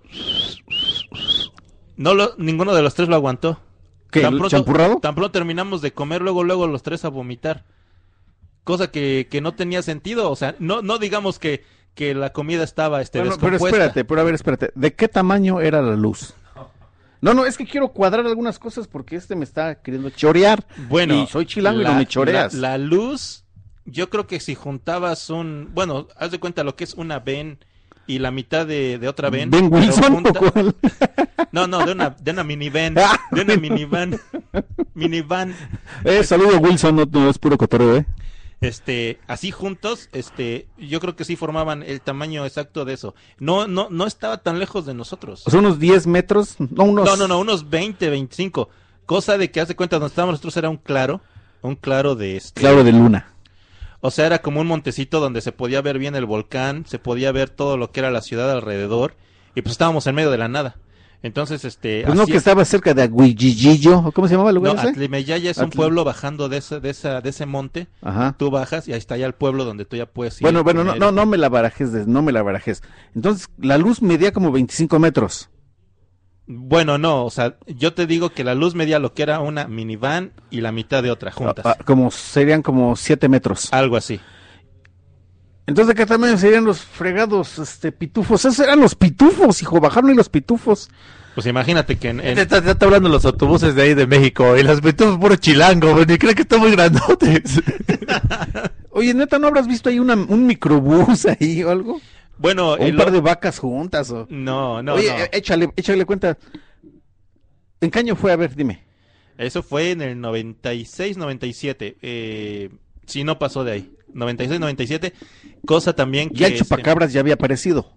No lo, ninguno de los tres lo aguantó. ¿Qué? Tan pronto, ¿Champurrado? Tan pronto terminamos de comer, luego luego los tres a vomitar. Cosa que, que no tenía sentido, o sea, no no digamos que, que la comida estaba este bueno, descompuesta. Pero espérate, pero a ver, espérate, ¿de qué tamaño era la luz? No, no, es que quiero cuadrar algunas cosas porque este me está queriendo chorear. Bueno, y soy chilango la, y no me choreas. La, la luz, yo creo que si juntabas un, bueno, haz de cuenta lo que es una Ben y la mitad de, de otra Ben. ¿Ben Wilson junta... o cuál? No, no, de una, de una minivan, de una minivan, minivan. Eh, saludo Wilson, no, no es puro cotorreo, eh. Este, así juntos, este, yo creo que sí formaban el tamaño exacto de eso. No, no, no estaba tan lejos de nosotros. O sea, unos diez metros, no unos... No, no, no, unos veinte, veinticinco. Cosa de que, haz de cuenta, donde estábamos nosotros era un claro, un claro de este... Claro de luna. O sea, era como un montecito donde se podía ver bien el volcán, se podía ver todo lo que era la ciudad alrededor, y pues estábamos en medio de la nada. Entonces, este... Pues no, que estaba cerca de Aguillillo, ¿cómo se llamaba el lugar No, ese? Atlimeyaya es Atl... un pueblo bajando de ese, de esa, de ese monte. Ajá. Tú bajas y ahí está ya el pueblo donde tú ya puedes ir. Bueno, bueno, no, no, no me la barajes, no me la barajes. Entonces, la luz medía como veinticinco metros. Bueno, no, o sea, yo te digo que la luz medía lo que era una minivan y la mitad de otra juntas. Ah, ah, como serían como siete metros. Algo así. Entonces, ¿de qué tamaño serían los fregados este, pitufos? Esos eran los pitufos, hijo, bajaron y los pitufos. Pues imagínate que en... en... Está, está hablando los autobuses de ahí de México y los pitufos puro chilango, ni creen que están muy grandotes. Oye, neta, ¿no habrás visto ahí una, un microbús ahí o algo? Bueno, o un el... par de vacas juntas o... No, no, Oye, no. échale, échale cuenta. ¿En qué año fue? A ver, dime. Eso fue en el noventa y seis, noventa y siete. Eh, si no pasó de ahí. noventa y seis, noventa y siete. Cosa también que... Ya el chupacabras este... ya había aparecido.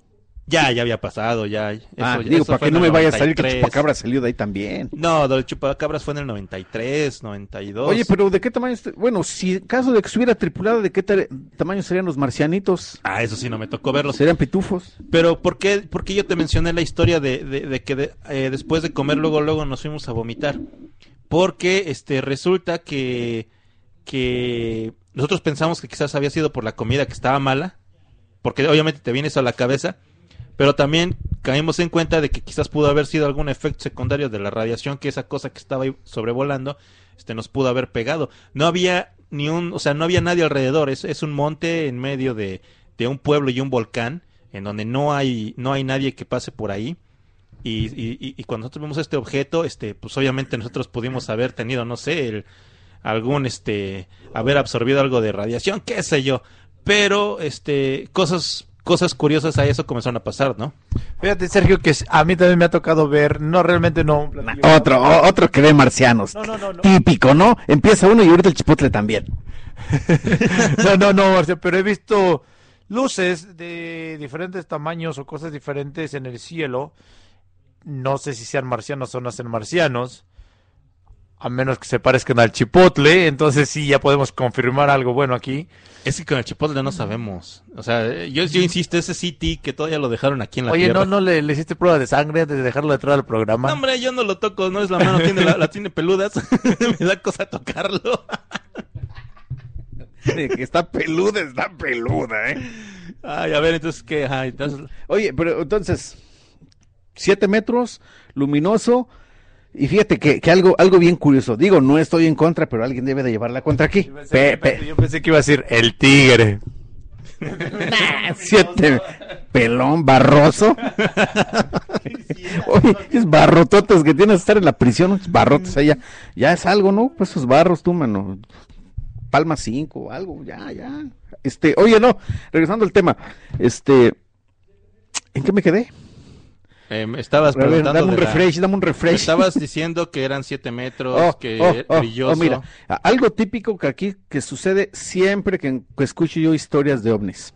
Ya, ya había pasado, ya. Eso, Ah, ya- digo, eso para fue que en no el me vaya a salir que noventa y tres. Chupacabra salió de ahí también. No, del Chupacabras fue en el noventa y tres, noventa y dos. Oye, pero ¿de qué tamaño? est- Bueno, si en caso de que estuviera tripulada, ¿de qué ta- tamaño serían los marcianitos? Ah, eso sí no me tocó verlos. Serían pitufos. Pero ¿por qué, por qué yo te mencioné la historia de, de, de que de- eh, después de comer luego luego nos fuimos a vomitar? Porque este resulta que que nosotros pensamos que quizás había sido por la comida que estaba mala, porque obviamente te viene eso a la cabeza, pero también caímos en cuenta de que quizás pudo haber sido algún efecto secundario de la radiación, que esa cosa que estaba ahí sobrevolando este nos pudo haber pegado. No había ni un, o sea, no había nadie alrededor, es, es un monte en medio de, de un pueblo y un volcán, en donde no hay, no hay nadie que pase por ahí. Y, y, y cuando nosotros vimos este objeto, este, pues obviamente nosotros pudimos haber tenido, no sé, el, algún, este, haber absorbido algo de radiación, qué sé yo. Pero, este, cosas, cosas curiosas a eso comenzaron a pasar, ¿no? Fíjate, Sergio, que a mí también me ha tocado ver, no realmente no. un platillo. Otro, o- otro que ve marcianos. No, no, no, no. Típico, ¿no? Empieza uno y ahorita el chipotle también. No, no, no, o sea, pero he visto luces de diferentes tamaños o cosas diferentes en el cielo. No sé si sean marcianos o no sean marcianos, a menos que se parezcan al chipotle. Entonces sí, ya podemos confirmar algo bueno aquí. Es que con el chipotle no sabemos. O sea, yo, yo insisto, ese C T que todavía lo dejaron aquí en la Oye, tierra. ¿no, no le, le hiciste prueba de sangre antes de dejarlo entrar al programa? No, hombre, yo no lo toco, no es la mano, tiene la, la tiene peludas. Me da cosa tocarlo. De que está peluda, está peluda, ¿eh? Ay, a ver, entonces, ¿qué? Ajá, entonces... Oye, pero entonces, siete metros, luminoso, y fíjate que, que algo, algo bien curioso. Digo, no estoy en contra, pero alguien debe de llevarla contra aquí. Yo pensé, Pe- yo pe- pensé- yo pensé que iba a decir el tigre. Nah, siete, pelón, barroso. Oye, es barrototes que tienes que estar en la prisión, unos barrotes allá. Ya es algo, ¿no? Pues esos barros, tú, mano. Palma cinco, algo, ya, ya. Este, oye, no, regresando al tema, este, ¿en qué me quedé? Eh, me estabas A ver, preguntando dame un de la- refresh, dame un refresh. me estabas diciendo que eran siete metros, Oh, que oh, oh, brilloso. oh, mira, a- algo típico que aquí que sucede siempre que, que escucho yo historias de ovnis.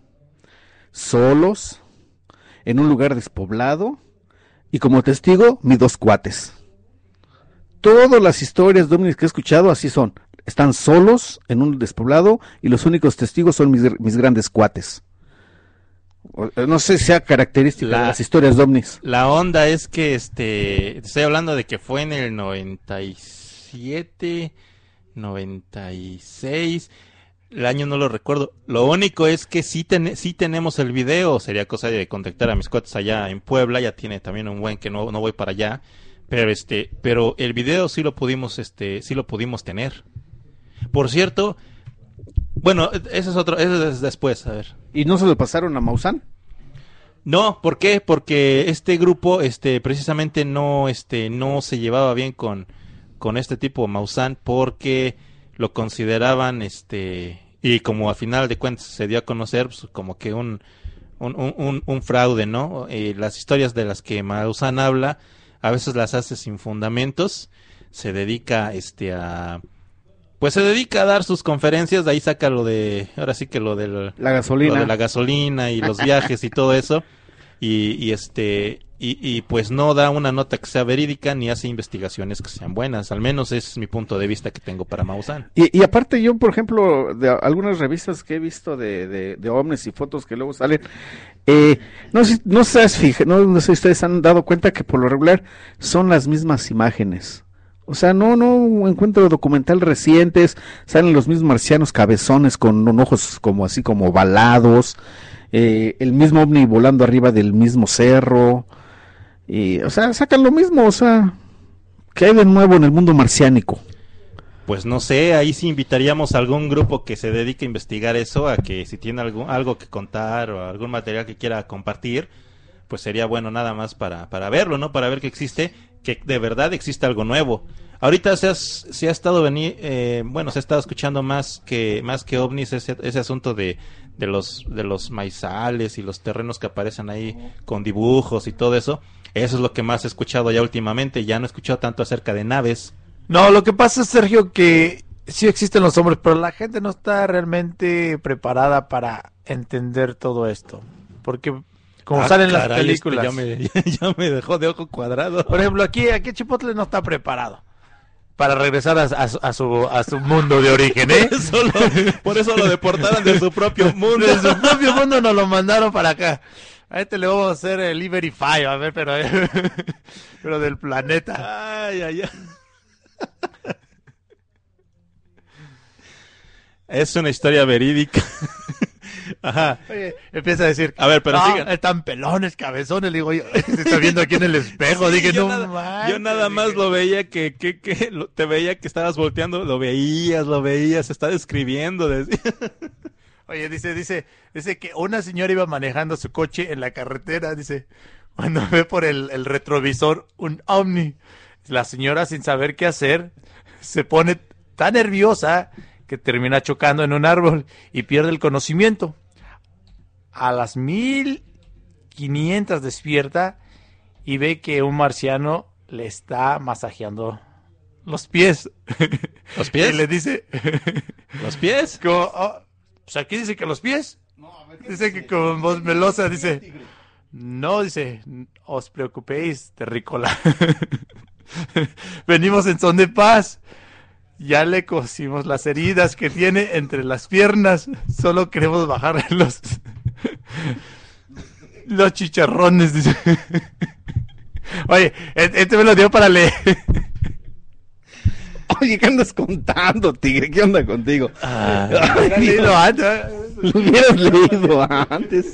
Solos, en un lugar despoblado, y como testigo, mis dos cuates. Todas las historias de ovnis que he escuchado así son. Están solos en un despoblado y los únicos testigos son mis, mis grandes cuates. O- No sé si sea característica La- de las historias de ovnis. La onda es que, este, te estoy hablando de que fue en el noventa y siete, noventa y seis, el año no lo recuerdo. Lo único es que sí, ten- sí tenemos el video, sería cosa de contactar a mis cuates allá en Puebla, ya tiene también un buen que no, no voy para allá, pero este, pero el video sí lo pudimos, este, sí lo pudimos tener. Por cierto, bueno, ese es otro, ese es después, a ver. ¿Y no se lo pasaron a Maussan? No, ¿por qué? Porque este grupo, este, precisamente no, este, no se llevaba bien con, con este tipo Maussan porque lo consideraban, este, y como al final de cuentas se dio a conocer, pues, como que un, un, un, un- un fraude, ¿no? Eh, las historias de las que Maussan habla, a veces las hace sin fundamentos, se dedica, este, a, pues se dedica a dar sus conferencias, de ahí saca lo de, ahora sí que lo del, La gasolina. lo de la gasolina y los viajes y todo eso, y, y este, y, y pues no da una nota que sea verídica ni hace investigaciones que sean buenas, al menos ese es mi punto de vista que tengo para Maussan. Y, y aparte yo, por ejemplo, de algunas revistas que he visto de, de, de ovnis y fotos que luego salen, eh, no sé, no sé, si fija- no, no sé si ustedes han dado cuenta que por lo regular son las mismas imágenes. O sea, no, no encuentro documental recientes, salen los mismos marcianos cabezones con un ojos como así como ovalados, eh, el mismo ovni volando arriba del mismo cerro, y, o sea, sacan lo mismo, o sea, ¿qué hay de nuevo en el mundo marciánico? Pues no sé, ahí sí invitaríamos a algún grupo que se dedique a investigar eso, a que si tiene algo, algo que contar o algún material que quiera compartir, pues sería bueno nada más para, para verlo, ¿no? Para ver que existe, que de verdad existe algo nuevo. Ahorita se, has, se ha estado venir, eh, bueno, se ha estado escuchando más que más que ovnis ese, ese asunto de, de los de los maizales y los terrenos que aparecen ahí con dibujos y todo eso. Eso es lo que más he escuchado ya últimamente. Ya no he escuchado tanto acerca de naves. No, lo que pasa es, Sergio, que sí existen los hombres, pero la gente no está realmente preparada para entender todo esto. Porque Como Ah, salen las caray, este películas. ya me, ya me dejó de ojo cuadrado. Por ejemplo, aquí, aquí Chipotle no está preparado para regresar a, a, a su, a su mundo de origen, ¿eh? Por eso, lo, por eso lo deportaron de su propio mundo. De su propio mundo nos lo mandaron para acá. A este le vamos a hacer el E-Verify, a ver, pero, pero del planeta. Ay, ay, ay. Es una historia verídica. Ajá. Oye, empieza a decir, a ver, pero no, sigan. están pelones, cabezones, digo yo, se está viendo aquí en el espejo, Sí, dije, yo no nada, manches, yo nada más dije. lo veía que, que, que lo- te veía que estabas volteando, lo veías, lo veías, se está describiendo. decía. Oye, dice, dice, dice que una señora iba manejando su coche en la carretera, dice, cuando ve por el, el retrovisor un Omni, la señora sin saber qué hacer, se pone tan nerviosa que termina chocando en un árbol y pierde el conocimiento. A las mil quinientas despierta y ve que un marciano le está masajeando los pies. ¿Los pies? Y le dice... ¿Los pies? Como, oh, pues aquí dice que los pies. Dice que con voz melosa dice... No, dice, os preocupéis, terrícola. Venimos en son de paz. Ya le cosimos las heridas que tiene entre las piernas. Solo queremos bajarle los... los chicharrones, dice. Oye, este me lo dio para leer. Oye, ¿qué andas contando, tigre? ¿Qué onda contigo? Ah, Ay, lo hubieras leído antes. Lo hubieras leído antes.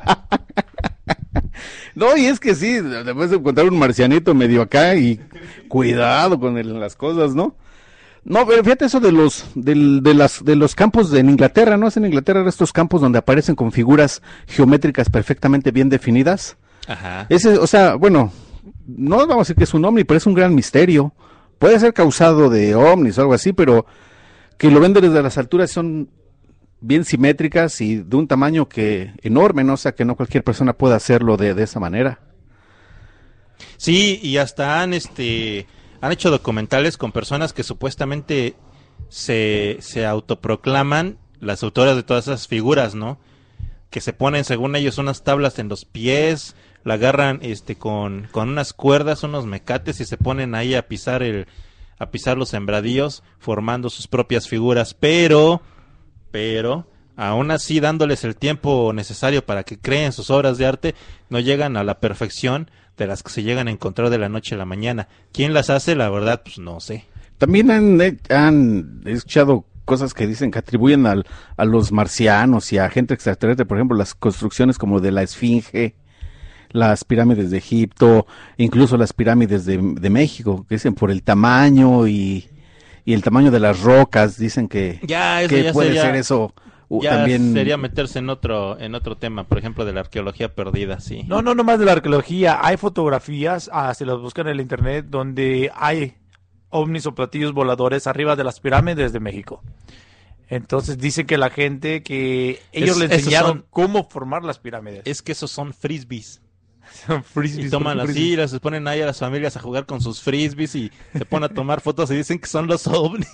No, y es que sí, después de encontrar un marcianito medio acá y cuidado con el- las cosas, ¿no? No, pero fíjate eso de los del, de las de los campos de, en Inglaterra, ¿no? Es en Inglaterra estos campos donde aparecen con figuras geométricas perfectamente bien definidas. Ajá. Ese, o sea, bueno, no vamos a decir que es un ovni, pero es un gran misterio. Puede ser causado de ovnis o algo así, pero que lo ven desde las alturas son bien simétricas y de un tamaño que enorme, ¿no? O sea, que no cualquier persona puede hacerlo de, de esa manera. Sí, y hasta han este han hecho documentales con personas que supuestamente se, se autoproclaman las autoras de todas esas figuras, ¿no? Que se ponen, según ellos, unas tablas en los pies, la agarran este con, con unas cuerdas, unos mecates y se ponen ahí a pisar el a pisar los sembradíos, formando sus propias figuras, pero pero aún así dándoles el tiempo necesario para que creen sus obras de arte, no llegan a la perfección de las que se llegan a encontrar de la noche a la mañana. ¿Quién las hace? La verdad, pues no sé. También han, eh, han escuchado cosas que dicen que atribuyen al, a los marcianos y a gente extraterrestre, por ejemplo, las construcciones como de la Esfinge, las pirámides de Egipto, incluso las pirámides de, de México, que dicen por el tamaño y, y el tamaño de las rocas, dicen que, Ya, eso que ya puede sería- ser eso. uh, Ya también sería meterse en otro en otro tema, por ejemplo, de la arqueología perdida, sí. No, no, no más de la arqueología. Hay fotografías, ah, se las buscan en el internet, donde hay ovnis o platillos voladores arriba de las pirámides de México. Entonces dicen que la gente que ellos Es- le esos enseñaron son- cómo formar las pirámides. Es que esos son frisbees. Son frisbees, Y toman ¿por qué así, frisbees? las ponen ahí a las familias a jugar con sus frisbees y se ponen a tomar fotos y dicen que son los ovnis.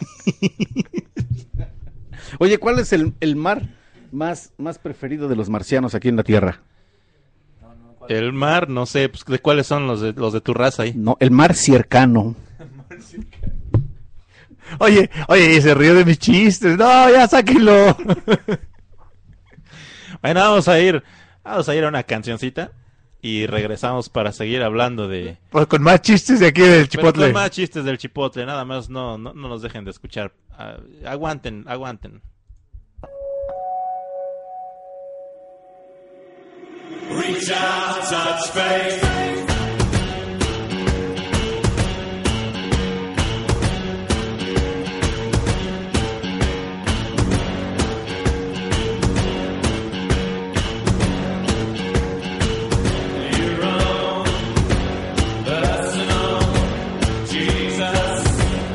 Oye, ¿cuál es el, el mar más, más preferido de los marcianos aquí en la Tierra? El mar, no sé, pues, ¿de cuáles son los de, los de tu raza ahí? No, el mar cercano. Oye, oye, y se rió de mis chistes. No, ya sáquenlo. Bueno, vamos a ir, vamos a ir a una cancioncita y regresamos para seguir hablando de... Pues con más chistes de aquí del Pero Chipotle. con más chistes del Chipotle, nada más no, no, no nos dejen de escuchar. Ah, aguanten, aguanten. Reach out, touch faith. Your own personal Jesus.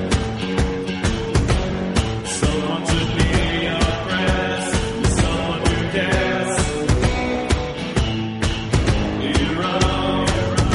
Someone to be your friend, someone who cares. Your own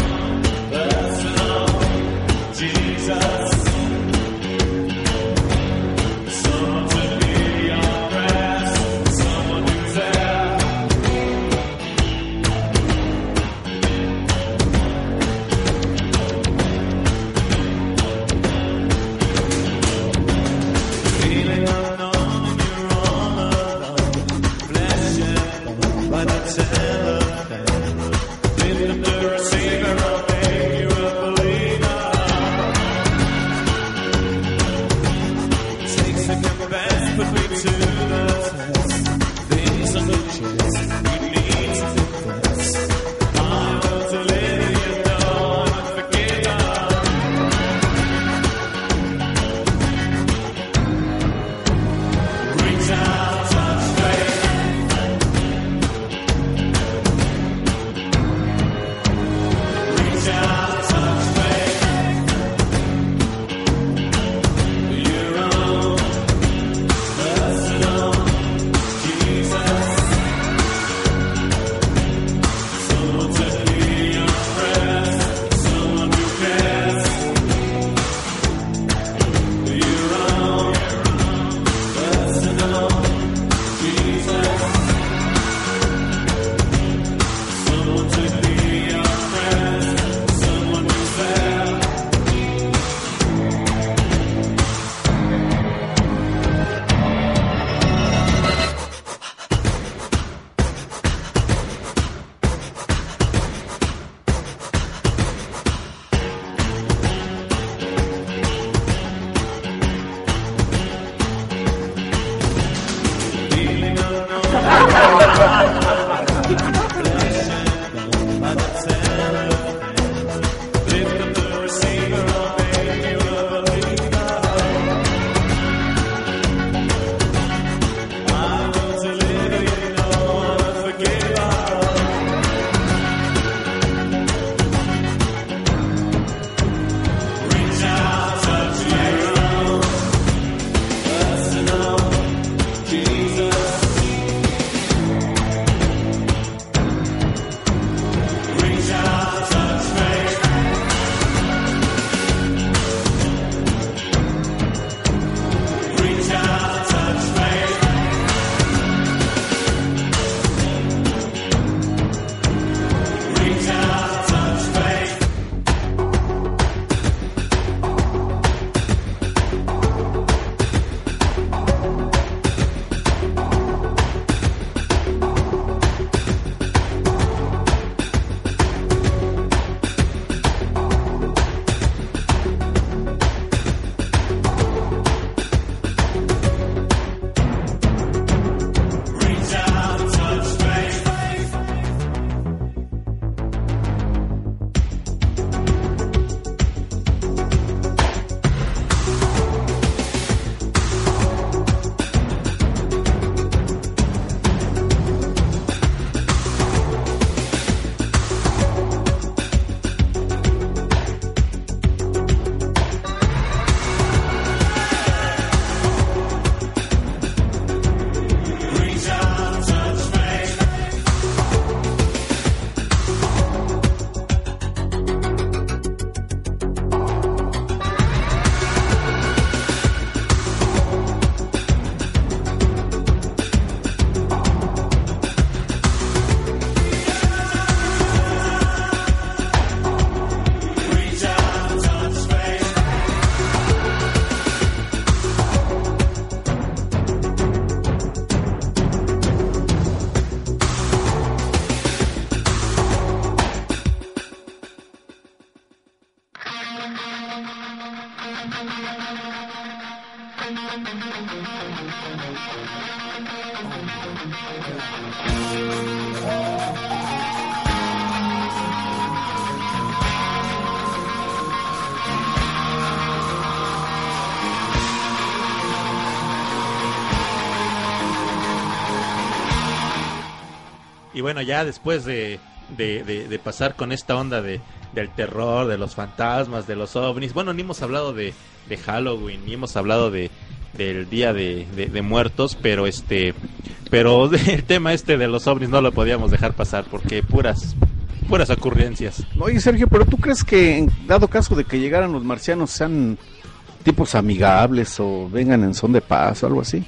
Y bueno, ya después de, de, de, de pasar con esta onda de, del terror, de los fantasmas, de los ovnis, bueno, ni hemos hablado de, de Halloween, ni hemos hablado de del Día de, de, de Muertos, pero este pero el tema este de los ovnis no lo podíamos dejar pasar porque puras puras ocurrencias. Oye, Sergio, pero ¿tú crees que en dado caso de que llegaran los marcianos sean tipos amigables o vengan en son de paz o algo así?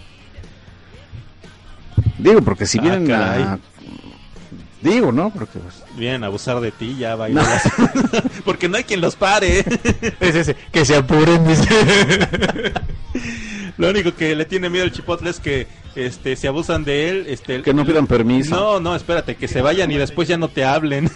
Digo, porque si vienen ah, a... Digo, ¿no? Porque pues... vienen a abusar de ti, ya va. No. Porque no hay quien los pare. Es ese, que se apuren, dice. Lo único que le tiene miedo el Chipotle es que este si abusan de él, este que no pidan permiso. No, no, espérate, que se vayan y después ya no te hablen.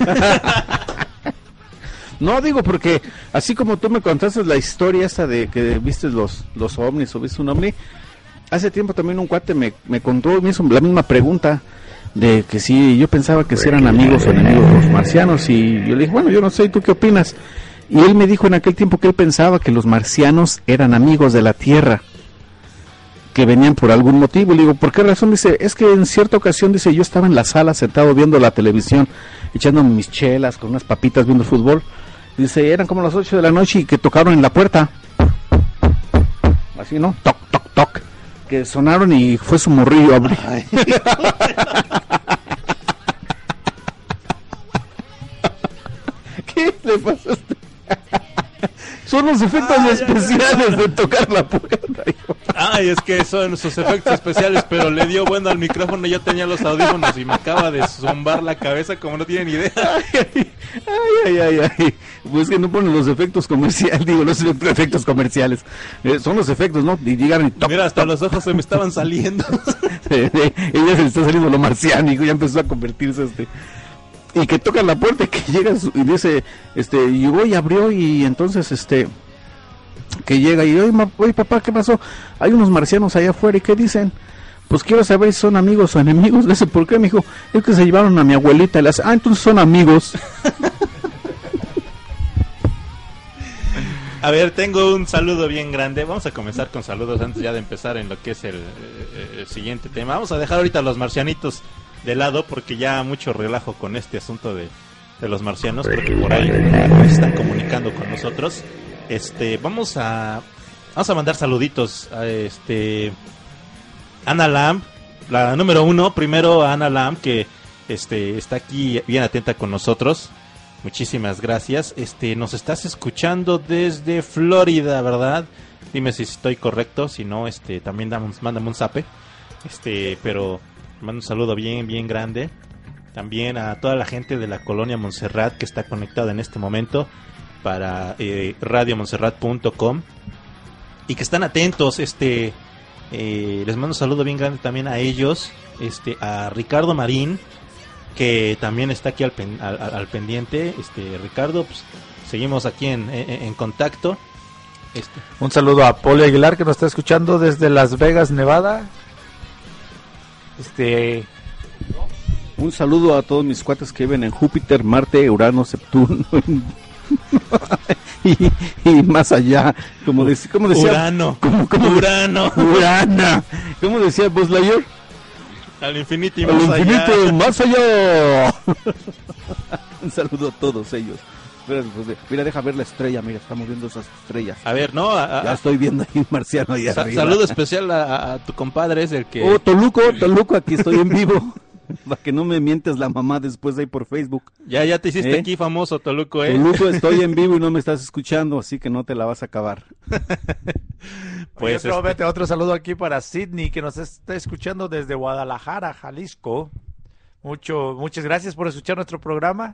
No, digo, porque así como tú me contaste la historia esta de que viste los, los ovnis o viste un ovni, hace tiempo también un cuate me, me contó, me hizo la misma pregunta de que si yo pensaba que si eran amigos o enemigos los marcianos, y yo le dije, bueno, yo no sé, ¿tú qué opinas? Y él me dijo en aquel tiempo que él pensaba que los marcianos eran amigos de la Tierra, que venían por algún motivo. Y le digo, ¿por qué razón? Dice, es que en cierta ocasión, dice, yo estaba en la sala sentado viendo la televisión, echándome mis chelas con unas papitas viendo el fútbol. Dice, eran como las ocho de la noche y que tocaron en la puerta. Así, ¿no? Toc, toc, toc. Que sonaron y fue su morrillo a abrir. ¿Qué le pasó a usted? Son los efectos ay, especiales ay, de tocar la puerta. Ay, es que son sus efectos especiales, pero le dio bueno al micrófono, yo tenía los audífonos y me acaba de zumbar la cabeza como no tienen idea. Ay, ay, ay, ay, ay. Pues que no ponen los efectos comerciales, digo, los efectos comerciales. Eh, son los efectos, ¿no? Y llegan y toc, mira, hasta toc. Los ojos se me estaban saliendo. Ella se le está saliendo lo marciano y ya empezó a convertirse este... Y que toca la puerta y que llega y dice, este, llegó y abrió y entonces, este, que llega y, oye, ma, oye papá, ¿qué pasó? Hay unos marcianos allá afuera, ¿y qué dicen? Pues quiero saber si son amigos o enemigos. Le dice, ¿por qué, mijo? Es que se llevaron a mi abuelita. Y le hace, ah, entonces son amigos. A ver, tengo un saludo bien grande. Vamos a comenzar con saludos antes ya de empezar en lo que es el, el, el siguiente tema. Vamos a dejar ahorita a los marcianitos de lado porque ya mucho relajo con este asunto de, de los marcianos, porque por ahí están comunicando con nosotros. Este, vamos a vamos a mandar saluditos a este Ana Lam, la número uno, primero a Ana Lam, que este está aquí bien atenta con nosotros. Muchísimas gracias. Este, nos estás escuchando desde Florida, ¿verdad? Dime si estoy correcto, si no, este, también damos, mándame un zape. Este, pero mando un saludo bien, bien grande. También a toda la gente de la colonia Montserrat que está conectada en este momento para eh, radio montserrat punto com y que están atentos. Este, eh, les mando un saludo bien grande también a ellos. Este, a Ricardo Marín, que también está aquí al, pen, al, al pendiente. Este, Ricardo, pues seguimos aquí en, en, en contacto. Este. Un saludo a Poli Aguilar, que nos está escuchando desde Las Vegas, Nevada. Este, un saludo a todos mis cuates que viven en Júpiter, Marte, Urano, Neptuno y, y más allá, como, de, como decía Urano, como, como, Urano, Urana, como decía Buzz Lightyear, al infinito y al más infinito allá. más allá. Un saludo a todos ellos. Mira, deja ver la estrella, mira, estamos viendo esas estrellas. A ver, no, a, a, ya estoy viendo ahí un marciano ahí sa- arriba. Saludo especial a, a tu compadre, es el que... Oh, Toluco, Toluco, aquí estoy en vivo. Para que no me mientes la mamá después de ahí por Facebook. Ya, ya te hiciste ¿Eh? aquí famoso, Toluco, ¿eh? Toluco, estoy en vivo y no me estás escuchando, así que no te la vas a acabar. Pues otro, este... otro saludo aquí para Sidney, que nos está escuchando desde Guadalajara, Jalisco. Mucho, muchas gracias por escuchar nuestro programa.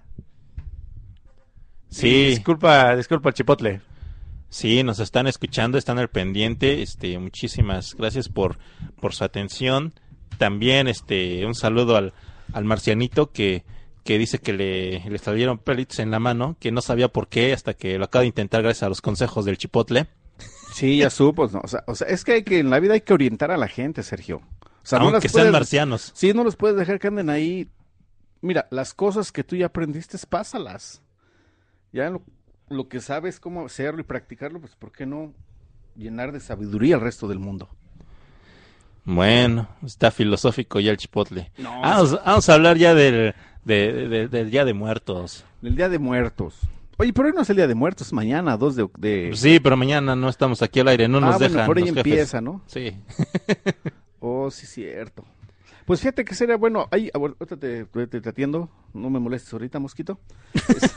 Sí. Y disculpa, disculpa, Chipotle. Sí, nos están escuchando, están al pendiente. Este, muchísimas gracias por, por su atención. También, este, un saludo al, al marcianito que, que dice que le, le salieron pelitos en la mano, que no sabía por qué hasta que lo acaba de intentar gracias a los consejos del Chipotle. Sí, ya supo, no, o sea, o sea, es que hay que en la vida hay que orientar a la gente, Sergio. O sea, Aunque no las sean puedes, marcianos. Sí, no los puedes dejar que anden ahí. Mira, las cosas que tú ya aprendiste, pásalas. Ya lo, lo que sabes cómo hacerlo y practicarlo, pues ¿por qué no llenar de sabiduría al resto del mundo? Bueno, está filosófico ya el chipotle. No, vamos, sí. vamos a hablar ya del, de, de, del Día de Muertos. Del Día de Muertos. Oye, pero hoy no es el Día de Muertos, es mañana, dos de... de... Sí, pero mañana no estamos aquí al aire, no nos ah, bueno, dejan por ahí los empieza, jefes. ¿no? Sí. Oh, sí, cierto. Pues fíjate que sería bueno, ahí, ahorita te, te, te atiendo, no me molestes ahorita, mosquito. Es...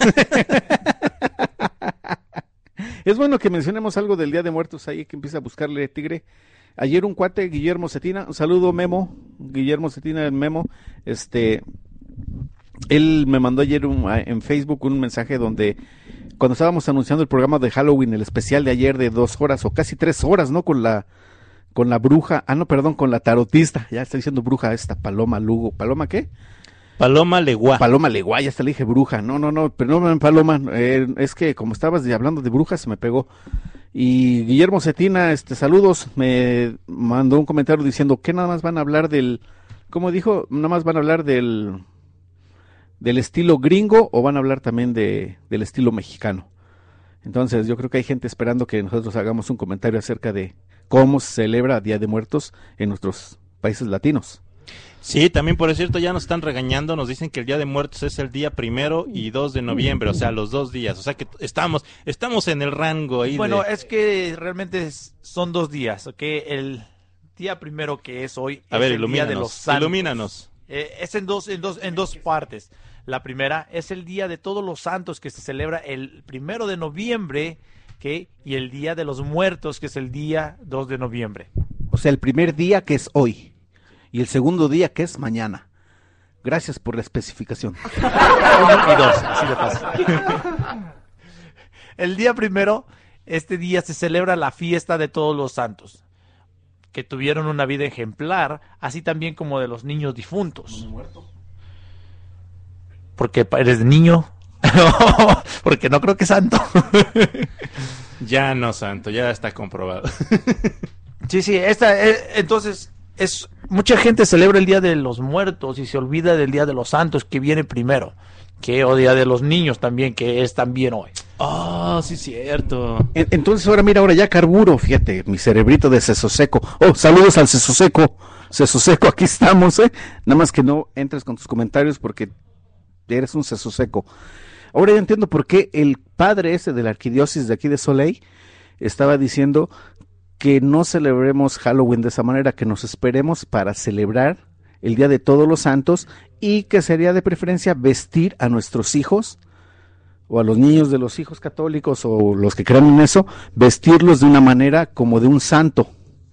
es bueno que mencionemos algo del Día de Muertos ahí, que empieza a buscarle, Tigre. Ayer un cuate, Guillermo Cetina, un saludo Memo, Guillermo Cetina, Memo, este... Él me mandó ayer un, en Facebook un mensaje donde cuando estábamos anunciando el programa de Halloween, el especial de ayer de dos horas o casi tres horas, ¿no? Con la con la bruja, ah no, perdón, con la tarotista, ya está diciendo bruja esta Paloma Lugo, ¿Paloma qué? Paloma Leguá. Paloma Leguá, ya hasta le dije bruja, no, no, no, pero no, Paloma, eh, es que como estabas hablando de brujas se me pegó. Y Guillermo Cetina, este, saludos, me mandó un comentario diciendo que nada más van a hablar del, ¿cómo dijo? Nada más van a hablar del... del estilo gringo o van a hablar también de del estilo mexicano. Entonces yo creo que hay gente esperando que nosotros hagamos un comentario acerca de cómo se celebra Día de Muertos en nuestros países latinos. Sí, también por cierto ya nos están regañando, nos dicen que el Día de Muertos es el día primero y dos de noviembre, o sea, los dos días, o sea que estamos estamos en el rango ahí. Bueno, de... es que realmente es, son dos días, ¿ok? El día primero que es hoy A es ver, el Día de los Santos. ilumínanos. Eh, es en dos, en dos, en dos partes. La primera es el Día de Todos los Santos, que se celebra el primero de noviembre, ¿okay? Y el Día de los Muertos, que es el día dos de noviembre. O sea, el primer día que es hoy y el segundo día que es mañana. Gracias por la especificación. Uno y dos, así de fácil. El día primero, este día se celebra la fiesta de Todos los Santos, que tuvieron una vida ejemplar, así también como de los niños difuntos. No muerto. Porque eres niño, porque no creo que santo. Ya no santo, ya está comprobado. Sí, sí, esta, eh, entonces, es mucha gente celebra el Día de los Muertos y se olvida del Día de los Santos, que viene primero, que o Día de los Niños también, que es también hoy. Oh, sí, cierto. Entonces ahora mira, ahora ya carburo, fíjate, mi cerebrito de seso seco. Oh, saludos al seso seco, seso seco, aquí estamos, eh. Nada más que no entres con tus comentarios porque eres un seso seco. Ahora ya entiendo por qué el padre ese de la arquidiócesis de aquí de Soleil estaba diciendo que no celebremos Halloween de esa manera, que nos esperemos para celebrar el Día de Todos los Santos y que sería de preferencia vestir a nuestros hijos o a los niños de los hijos católicos o los que crean en eso, vestirlos de una manera como de un santo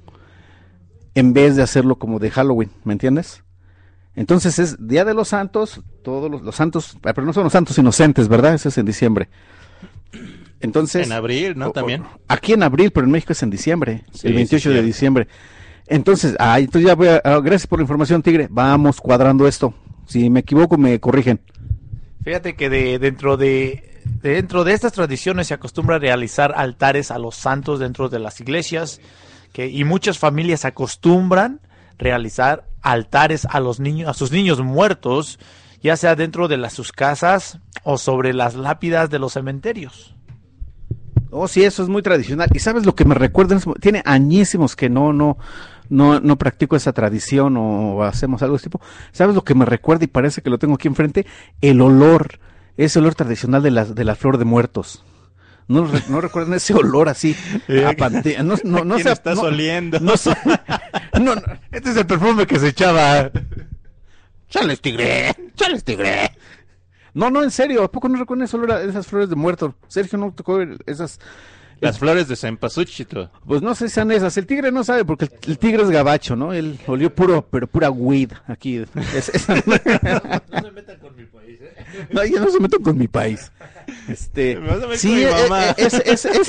en vez de hacerlo como de Halloween, ¿me entiendes? Entonces es Día de los Santos, todos los, los santos, pero no son los santos inocentes, ¿verdad? Ese es en diciembre. Entonces, en abril, ¿no? O, También. O, aquí en abril, pero en México es en diciembre, sí, el veintiocho sí, de diciembre. Entonces, ah, entonces ya voy a, ah, gracias por la información, Tigre. Vamos cuadrando esto. Si me equivoco, me corrigen. Fíjate que de, dentro de, de dentro de estas tradiciones se acostumbra a realizar altares a los santos dentro de las iglesias, que y muchas familias acostumbran realizar altares a los niños, a sus niños muertos, ya sea dentro de las, sus casas o sobre las lápidas de los cementerios. Oh, sí, eso es muy tradicional. ¿Y sabes lo que me recuerda? Tiene añísimos que no, no, no, no practico esa tradición o hacemos algo de ese tipo. ¿Sabes lo que me recuerda? Y parece que lo tengo aquí enfrente. El olor, ese olor tradicional de la, de la flor de muertos. No, no recuerdan ese olor así a pantalla. No, no, no ¿Quién sé, estás no, oliendo? No sé. No, no, este es el perfume que se echaba. Chales, tigre. Chales, tigre. No, no, en serio, ¿a poco no recuerdan ese olor a esas flores de muerto? Sergio no tocó esas... Las flores de cempasúchil. Pues no sé si sean esas. El tigre no sabe porque el, el tigre es gabacho, ¿no? Él olió puro, pero pura weed aquí. Es, es... no, no se metan con mi país, ¿eh? No, ya no se metan con mi país. Este, Me vas a ver sí, con mi mamá. eh, es, es, es,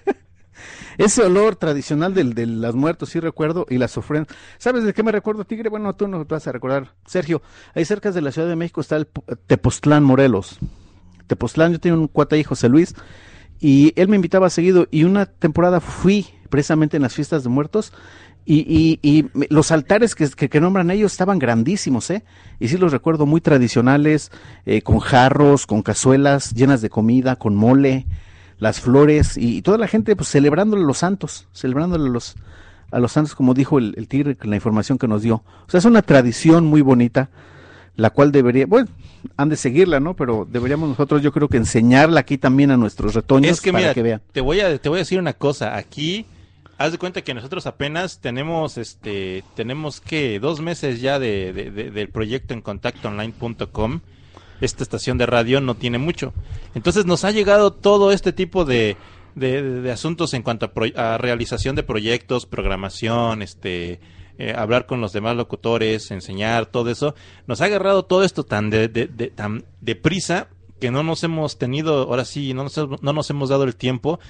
ese olor tradicional del, de los muertos, sí recuerdo, y las ofrendas. ¿Sabes de qué me recuerdo, Tigre? Bueno, tú no te vas a recordar. Sergio, ahí cerca de la Ciudad de México está el Tepoztlán, Morelos. Tepoztlán, yo tenía un cuate ahí, José Luis, y él me invitaba seguido, y una temporada fui precisamente en las fiestas de muertos, y, y, y los altares que, que, que nombran ellos estaban grandísimos, ¿eh? Y sí los recuerdo muy tradicionales, eh, con jarros, con cazuelas llenas de comida, con mole, las flores, y, y toda la gente pues celebrándole a los santos, celebrándole a los, a los santos, como dijo el, el tigre con la información que nos dio. O sea, es una tradición muy bonita, la cual debería, bueno, han de seguirla, ¿no? Pero deberíamos nosotros, yo creo que enseñarla aquí también a nuestros retoños es que, para mira, que vean. Te voy a, te voy a decir una cosa, aquí, haz de cuenta que nosotros apenas tenemos, este, tenemos que dos meses ya de, de, de, del proyecto en contacto online punto com. Esta estación de radio no tiene mucho. Entonces nos ha llegado todo este tipo de, de, de, de asuntos en cuanto a, pro, a realización de proyectos, programación, este, eh, hablar con los demás locutores, enseñar, todo eso. Nos ha agarrado todo esto tan de, de, de, tan deprisa que no nos hemos tenido, ahora sí, no nos, no nos hemos dado el tiempo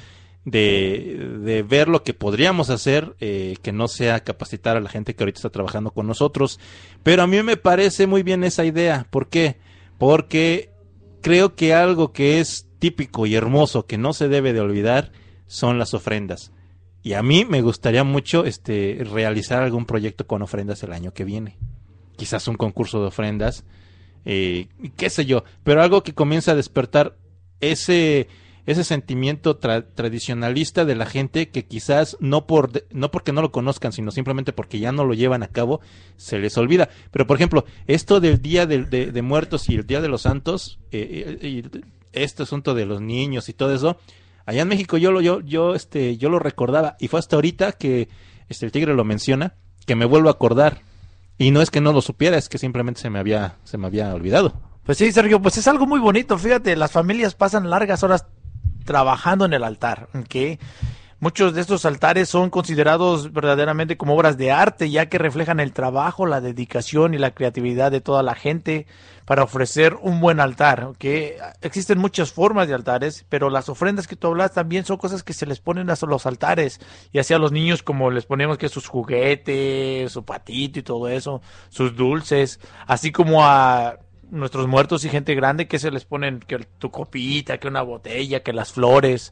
de, de ver lo que podríamos hacer, eh, que no sea capacitar a la gente que ahorita está trabajando con nosotros. Pero a mí me parece muy bien esa idea. ¿Por qué? Porque creo que algo que es típico y hermoso que no se debe de olvidar son las ofrendas. Y a mí me gustaría mucho este realizar algún proyecto con ofrendas el año que viene. Quizás un concurso de ofrendas, eh, qué sé yo, pero algo que comience a despertar ese ese sentimiento tra- tradicionalista de la gente que quizás no por de, no porque no lo conozcan, sino simplemente porque ya no lo llevan a cabo, se les olvida. Pero por ejemplo, esto del Día de, de, de Muertos y el Día de los Santos, eh, y este asunto de los niños y todo eso, allá en México yo lo yo yo este yo lo recordaba, y fue hasta ahorita que este el tigre lo menciona que me vuelvo a acordar, y no es que no lo supiera, es que simplemente se me había se me había olvidado. Pues sí, Sergio, pues es algo muy bonito. Fíjate, las familias pasan largas horas trabajando en el altar, ¿ok? Muchos de estos altares son considerados verdaderamente como obras de arte, ya que reflejan el trabajo, la dedicación y la creatividad de toda la gente para ofrecer un buen altar, ¿ok? Existen muchas formas de altares, pero las ofrendas que tú hablas también son cosas que se les ponen a los altares, y así a los niños como les ponemos que sus juguetes, su patito y todo eso, sus dulces, así como a nuestros muertos y gente grande que se les ponen que tu copita, que una botella, que las flores,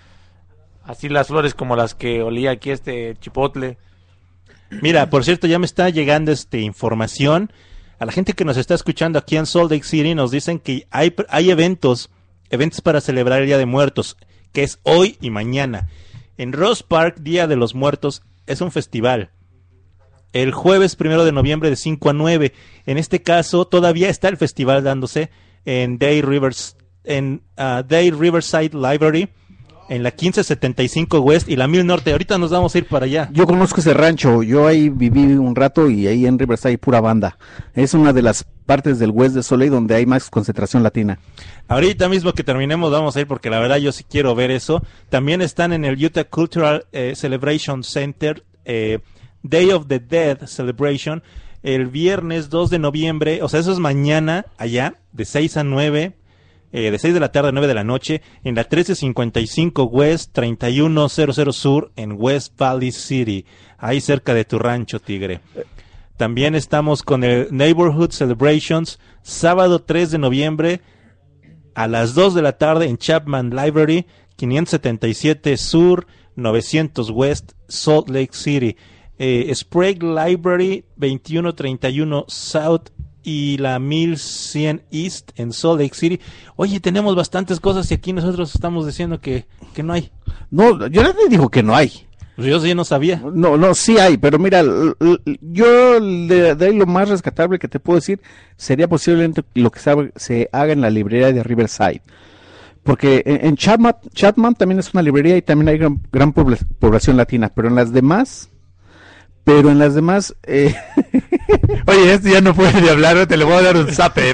así las flores como las que olía aquí este chipotle. Mira, por cierto, ya me está llegando este información a la gente que nos está escuchando aquí en Salt Lake City. Nos dicen que hay, hay eventos, eventos para celebrar el Día de Muertos, que es hoy y mañana. En Ross Park, Día de los Muertos, es un festival. El jueves primero de noviembre de cinco a nueve. En este caso, todavía está el festival dándose en Day Rivers, en uh, Day Riverside Library, en la quince setenta y cinco West y la mil Norte. Ahorita nos vamos a ir para allá. Yo conozco ese rancho, yo ahí viví un rato y ahí en Riverside hay pura banda. Es una de las partes del West de Soleil donde hay más concentración latina. Ahorita mismo que terminemos vamos a ir porque la verdad yo sí quiero ver eso. También están en el Utah Cultural eh, Celebration Center, eh, Day of the Dead Celebration, el viernes dos de noviembre, o sea, eso es mañana, allá, de seis a nueve, eh, de seis de la tarde a nueve de la noche, en la trece cincuenta y cinco West, treinta y uno cero cero Sur, en West Valley City, ahí cerca de tu rancho, tigre. También estamos con el Neighborhood Celebrations, sábado tres de noviembre, a las dos de la tarde, en Chapman Library, quinientos setenta y siete Sur, novecientos West, Salt Lake City. Eh, Sprague Library, veintiuno treinta y uno South y la mil cien East en Salt Lake City. Oye, tenemos bastantes cosas y aquí nosotros estamos diciendo que, que no hay. No, yo les digo que no hay. Pues yo sí no sabía. No, no, sí hay, pero mira, l- l- yo de, de ahí lo más rescatable que te puedo decir sería posiblemente lo que sabe, se haga en la librería de Riverside. Porque en, en Chapman, Chapman también es una librería y también hay gran, gran pobl- población latina, pero en las demás... Pero en las demás... Eh... Oye, este ya no puede de hablar, te le voy a dar un zape.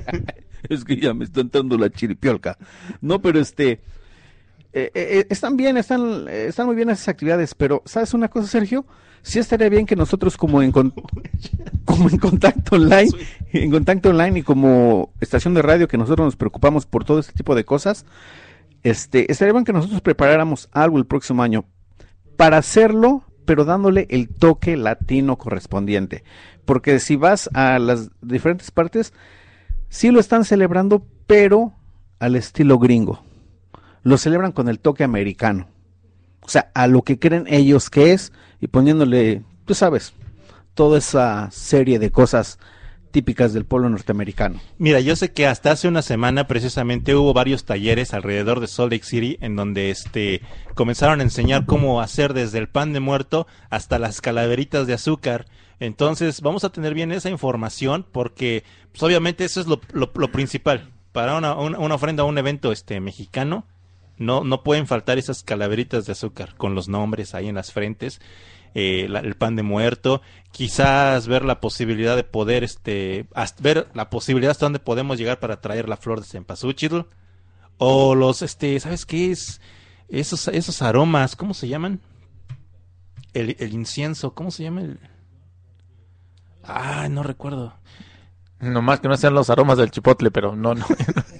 Es que ya me está entrando la chiripiolca. No, pero este... Eh, eh, están bien, están, eh, están muy bien esas actividades, pero ¿sabes una cosa, Sergio? Sí estaría bien que nosotros como en, con, como en Contacto Online, en Contacto Online y como estación de radio que nosotros nos preocupamos por todo este tipo de cosas, este, estaría bien que nosotros preparáramos algo el próximo año para hacerlo, pero dándole el toque latino correspondiente. Porque si vas a las diferentes partes, sí lo están celebrando, pero al estilo gringo. Lo celebran con el toque americano. o sea, a lo que creen ellos que es, y poniéndole, tú sabes, toda esa serie de cosas típicas del pueblo norteamericano. Mira, yo sé que hasta hace una semana precisamente hubo varios talleres alrededor de Salt Lake City en donde este comenzaron a enseñar cómo hacer desde el pan de muerto hasta las calaveritas de azúcar. Entonces vamos a tener bien esa información porque pues obviamente eso es lo, lo, lo principal. Para una, una, una ofrenda a un evento este mexicano no, no pueden faltar esas calaveritas de azúcar con los nombres ahí en las frentes. Eh, la, el pan de muerto, quizás ver la posibilidad de poder, este, hasta, ver la posibilidad hasta dónde podemos llegar para traer la flor de cempasúchil, o los, este, ¿sabes qué es? Esos, esos aromas, ¿cómo se llaman? El, el incienso, ¿cómo se llama? El... Ah, no recuerdo. Nomás que no sean los aromas del chipotle, pero no, no.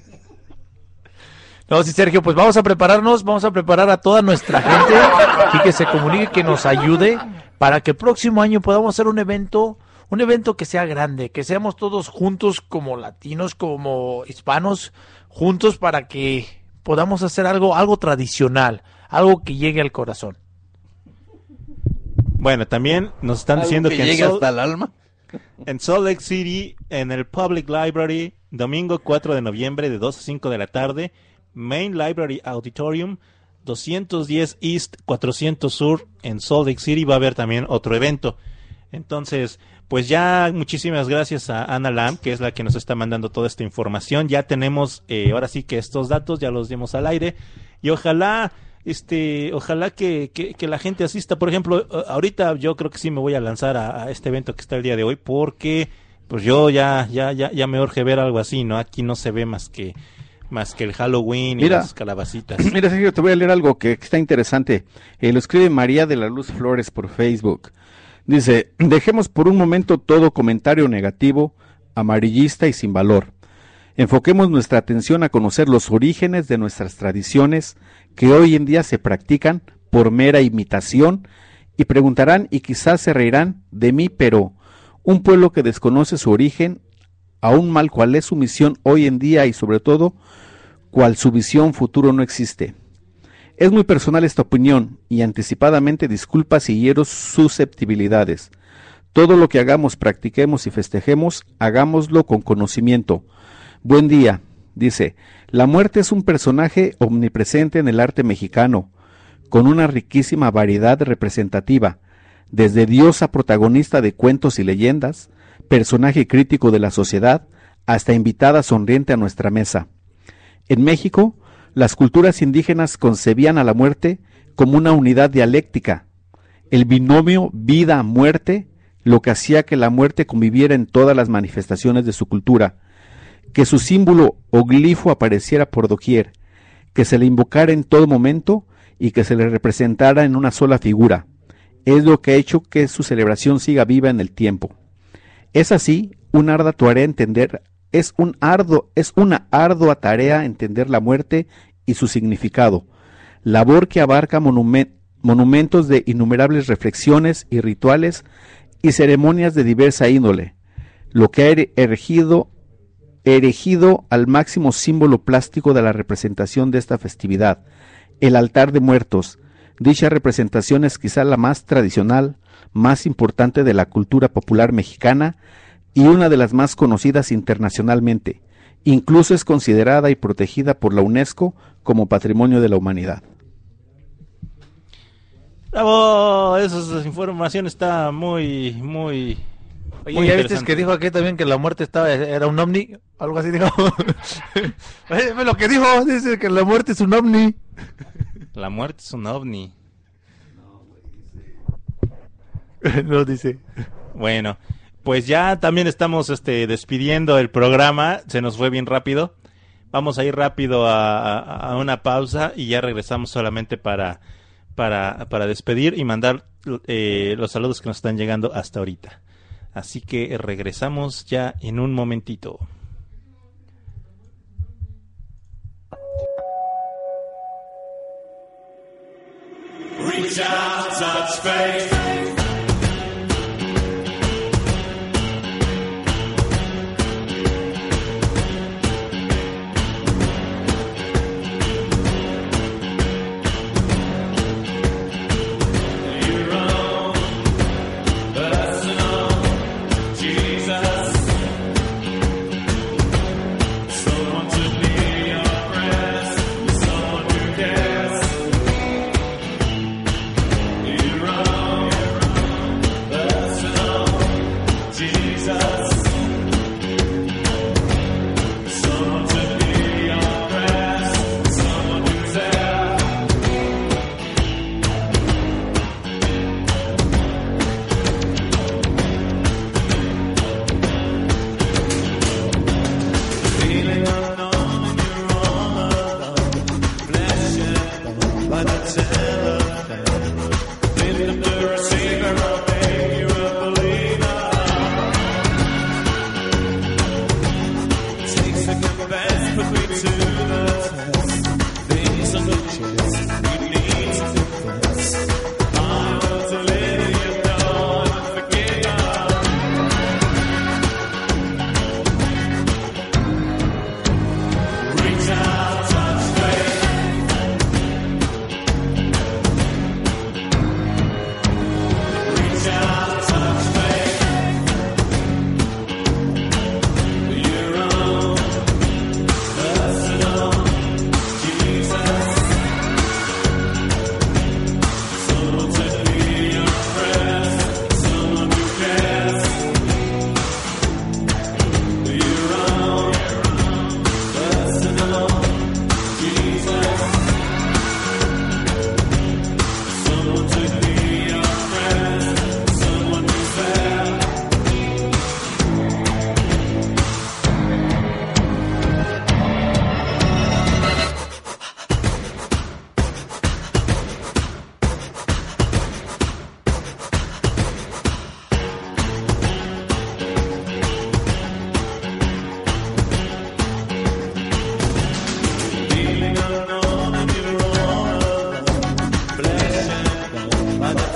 No, sí, Sergio, pues vamos a prepararnos, vamos a preparar a toda nuestra gente y que se comunique, que nos ayude para que el próximo año podamos hacer un evento, un evento que sea grande, que seamos todos juntos como latinos, como hispanos, juntos para que podamos hacer algo, algo tradicional, algo que llegue al corazón. Bueno, también nos están diciendo que, que llegue en hasta el alma. En Salt Lake City, en el Public Library, domingo cuatro de noviembre de dos a cinco de la tarde, Main Library Auditorium, doscientos diez East, cuatrocientos Sur, en Salt Lake City, va a haber también otro evento. Entonces, pues ya muchísimas gracias a Ana Lam, que es la que nos está mandando toda esta información. Ya tenemos, eh, ahora sí que estos datos ya los dimos al aire, y ojalá, este, ojalá que, que, que la gente asista. Por ejemplo, ahorita yo creo que sí me voy a lanzar a, a este evento que está el día de hoy, porque pues yo ya, ya, ya, ya me urge ver algo así, ¿no? Aquí no se ve más que más que el Halloween mira, y las calabacitas. Mira, Sergio, te voy a leer algo que, que está interesante. Eh, lo escribe María de la Luz Flores por Facebook. Dice, dejemos por un momento todo comentario negativo, amarillista y sin valor. Enfoquemos nuestra atención a conocer los orígenes de nuestras tradiciones que hoy en día se practican por mera imitación, y preguntarán y quizás se reirán de mí, pero un pueblo que desconoce su origen, aún mal cuál es su misión hoy en día y sobre todo cuál su visión futuro no existe. Es muy personal esta opinión y anticipadamente disculpa si hiero susceptibilidades. Todo lo que hagamos, practiquemos y festejemos, hagámoslo con conocimiento. Buen día. Dice, la muerte es un personaje omnipresente en el arte mexicano, con una riquísima variedad representativa, desde diosa protagonista de cuentos y leyendas, personaje crítico de la sociedad, hasta invitada sonriente a nuestra mesa. En México, las culturas indígenas concebían a la muerte como una unidad dialéctica, el binomio vida-muerte, lo que hacía que la muerte conviviera en todas las manifestaciones de su cultura, que su símbolo o glifo apareciera por doquier, que se le invocara en todo momento y que se le representara en una sola figura. Es lo que ha hecho que su celebración siga viva en el tiempo. Es así, una ardua tarea entender, es un arduo, es una ardua tarea entender la muerte y su significado, labor que abarca monument, monumentos de innumerables reflexiones y rituales y ceremonias de diversa índole, lo que ha erigido, erigido al máximo símbolo plástico de la representación de esta festividad, el altar de muertos. Dicha representación es quizá la más tradicional, más importante de la cultura popular mexicana y una de las más conocidas internacionalmente. Incluso es considerada y protegida por la UNESCO como Patrimonio de la Humanidad. ¡Bravo! Esa información está muy, muy... Oye, muy ¿ya viste que dijo aquí también que la muerte estaba era un ovni? Algo así dijo. Oye, lo que dijo, dice que la muerte es un ovni. La muerte es un ovni. No dice. Bueno, pues ya también estamos este despidiendo el programa. Se nos fue bien rápido. Vamos a ir rápido a, a, a una pausa y ya regresamos solamente para para para despedir y mandar eh, los saludos que nos están llegando hasta ahorita. Así que regresamos ya en un momentito. Reach out, touch faith.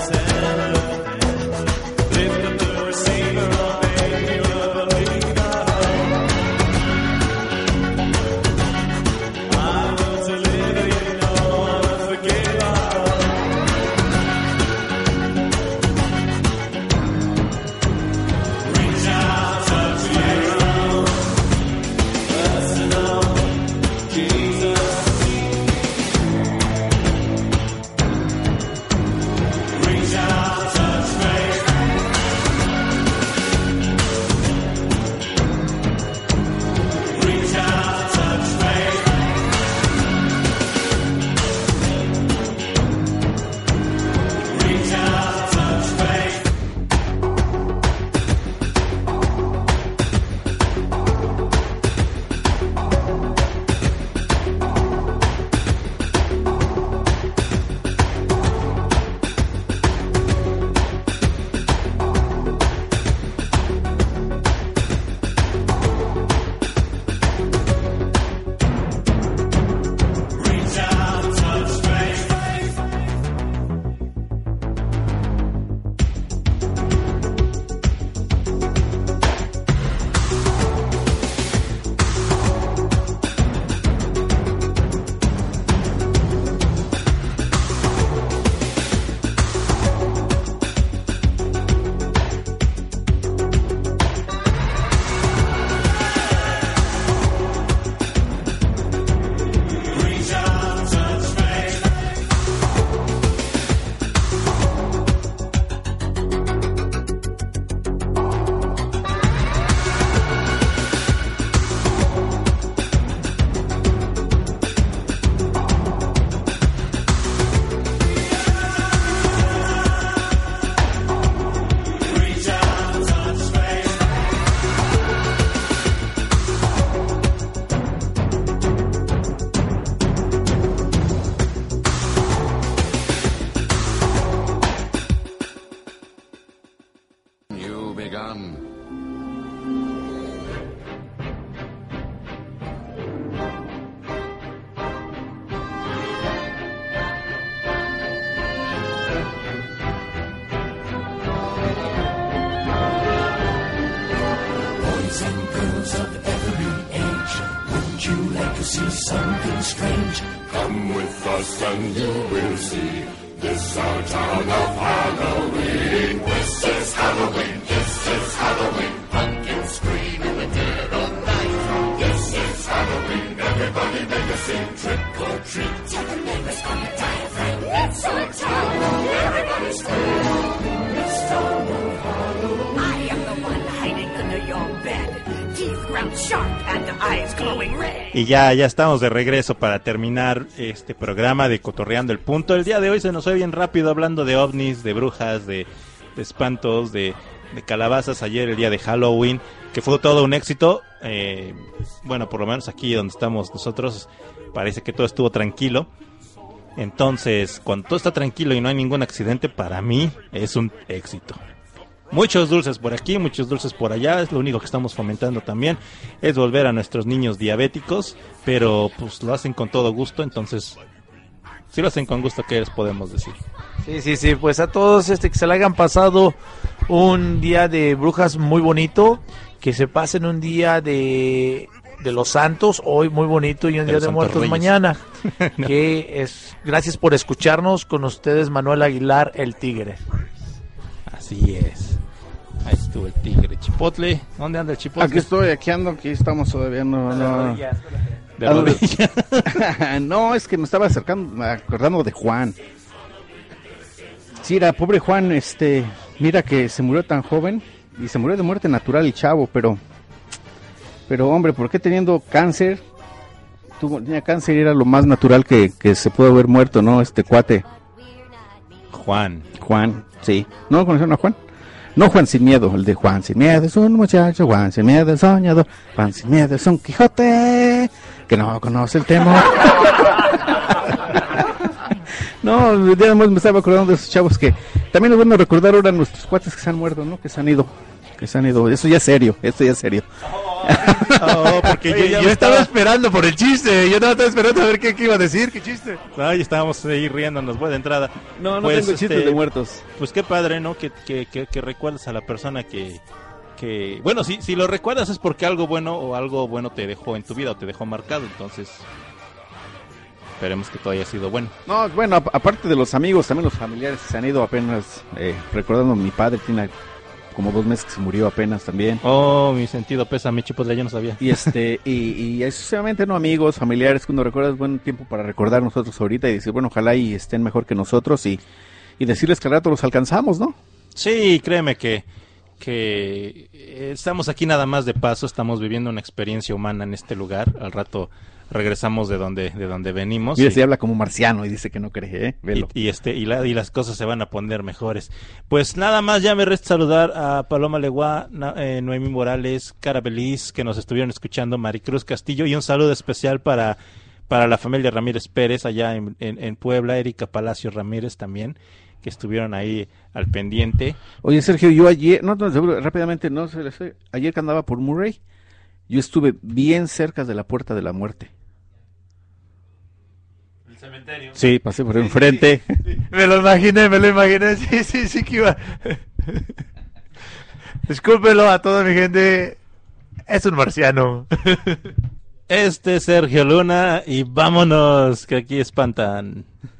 to see something strange. Come with us and you will see. This our town of Halloween. This is Halloween. This is Halloween. Pumpkins scream in the dead of night. This is Halloween. Everybody make a scene. Trick or treat. Tell the neighbors on the diaphragm. It's our town. Everybody scream. It's town of Halloween. I am the one hiding under your bed. Teeth ground sharp and eyes glowing red. Y ya, ya estamos de regreso para terminar este programa de Cotorreando el Punto. El día de hoy se nos fue bien rápido hablando de ovnis, de brujas, de, de espantos, de, de calabazas. Ayer, el día de Halloween, que fue todo un éxito. Eh, bueno, por lo menos aquí donde estamos nosotros, parece que todo estuvo tranquilo. Entonces, cuando todo está tranquilo y no hay ningún accidente, para mí es un éxito. Muchos dulces por aquí, muchos dulces por allá, es lo único que estamos fomentando también, es volver a nuestros niños diabéticos, pero pues lo hacen con todo gusto, entonces, si lo hacen con gusto, ¿qué les podemos decir? Sí, sí, sí, pues a todos este que se le hayan pasado un día de brujas muy bonito, que se pasen un día de, de los santos, hoy muy bonito, y un de día de muertos Reyes. Mañana, no. Que es, gracias por escucharnos, con ustedes Manuel Aguilar, el Tigre. Así es. Ahí estuvo el Tigre. Chipotle, ¿dónde anda el Chipotle? Aquí estoy, aquí ando, aquí estamos todavía, no, no. De rodillas. No, es que me estaba acercando, acordando de Juan. Sí, era pobre Juan, este, mira que se murió tan joven y se murió de muerte natural el chavo, pero, pero hombre, ¿por qué teniendo cáncer? Tuvo, tenía cáncer y era lo más natural que, que se pudo haber muerto, ¿no? Este cuate. Juan. Juan, sí. ¿No conocieron a Juan? No Juan sin miedo, el de Juan sin miedo es un muchacho, Juan sin miedo es soñador, Juan sin miedo es un Quijote que no conoce el temor. No, ya me estaba acordando de esos chavos que también es bueno recordar ahora a nuestros cuates que se han muerto, ¿no? Que se han ido, Que se han ido. Eso ya es serio, esto ya es serio. Oh, porque Oye, yo ya yo me estaba esperando por el chiste. Yo no estaba esperando a ver qué, qué iba a decir, qué chiste. Ay, estábamos ahí riéndonos, buena entrada. No, no Pues, tengo chistes este, de muertos. Pues qué padre, ¿no? Que, que, que, que recuerdas a la persona que... que bueno, si, si lo recuerdas es porque algo bueno o algo bueno te dejó en tu vida o te dejó marcado, entonces... Esperemos que todo haya sido bueno. No, bueno, a- aparte de los amigos, también los familiares se han ido apenas, eh, recordando a mi padre, tiene como dos meses que se murió apenas también. Oh, mi sentido pesa, mi pues ya no sabía. Y este, y, y sucesivamente, no, amigos, familiares, cuando recuerdas, buen tiempo para recordar nosotros ahorita y decir, bueno, ojalá y estén mejor que nosotros y, y decirles que al rato los alcanzamos, ¿no? Sí, créeme que, que eh, estamos aquí nada más de paso, estamos viviendo una experiencia humana en este lugar, al rato regresamos de donde de donde venimos. Mira, y, se habla como marciano y dice que no cree, ¿eh? Velo. y, y este y, la, y las cosas se van a poner mejores. Pues nada más, ya me resta saludar a Paloma Leguá, Na- eh, Noemí Morales, Cara Beliz, que nos estuvieron escuchando, Maricruz Castillo, y un saludo especial para para la familia Ramírez Pérez allá en, en, en Puebla, Erika Palacio Ramírez también, que estuvieron ahí al pendiente. Oye, Sergio, yo ayer, no, no, seguro, rápidamente, no sé, sé, ayer que andaba por Murray, yo estuve bien cerca de la Puerta de la Muerte. El cementerio. Sí, pasé por enfrente. Sí, sí, sí. Me lo imaginé, me lo imaginé. Sí, sí, sí que iba. Discúlpelo a toda mi gente. Es un marciano. Este es Sergio Luna y vámonos, que aquí espantan.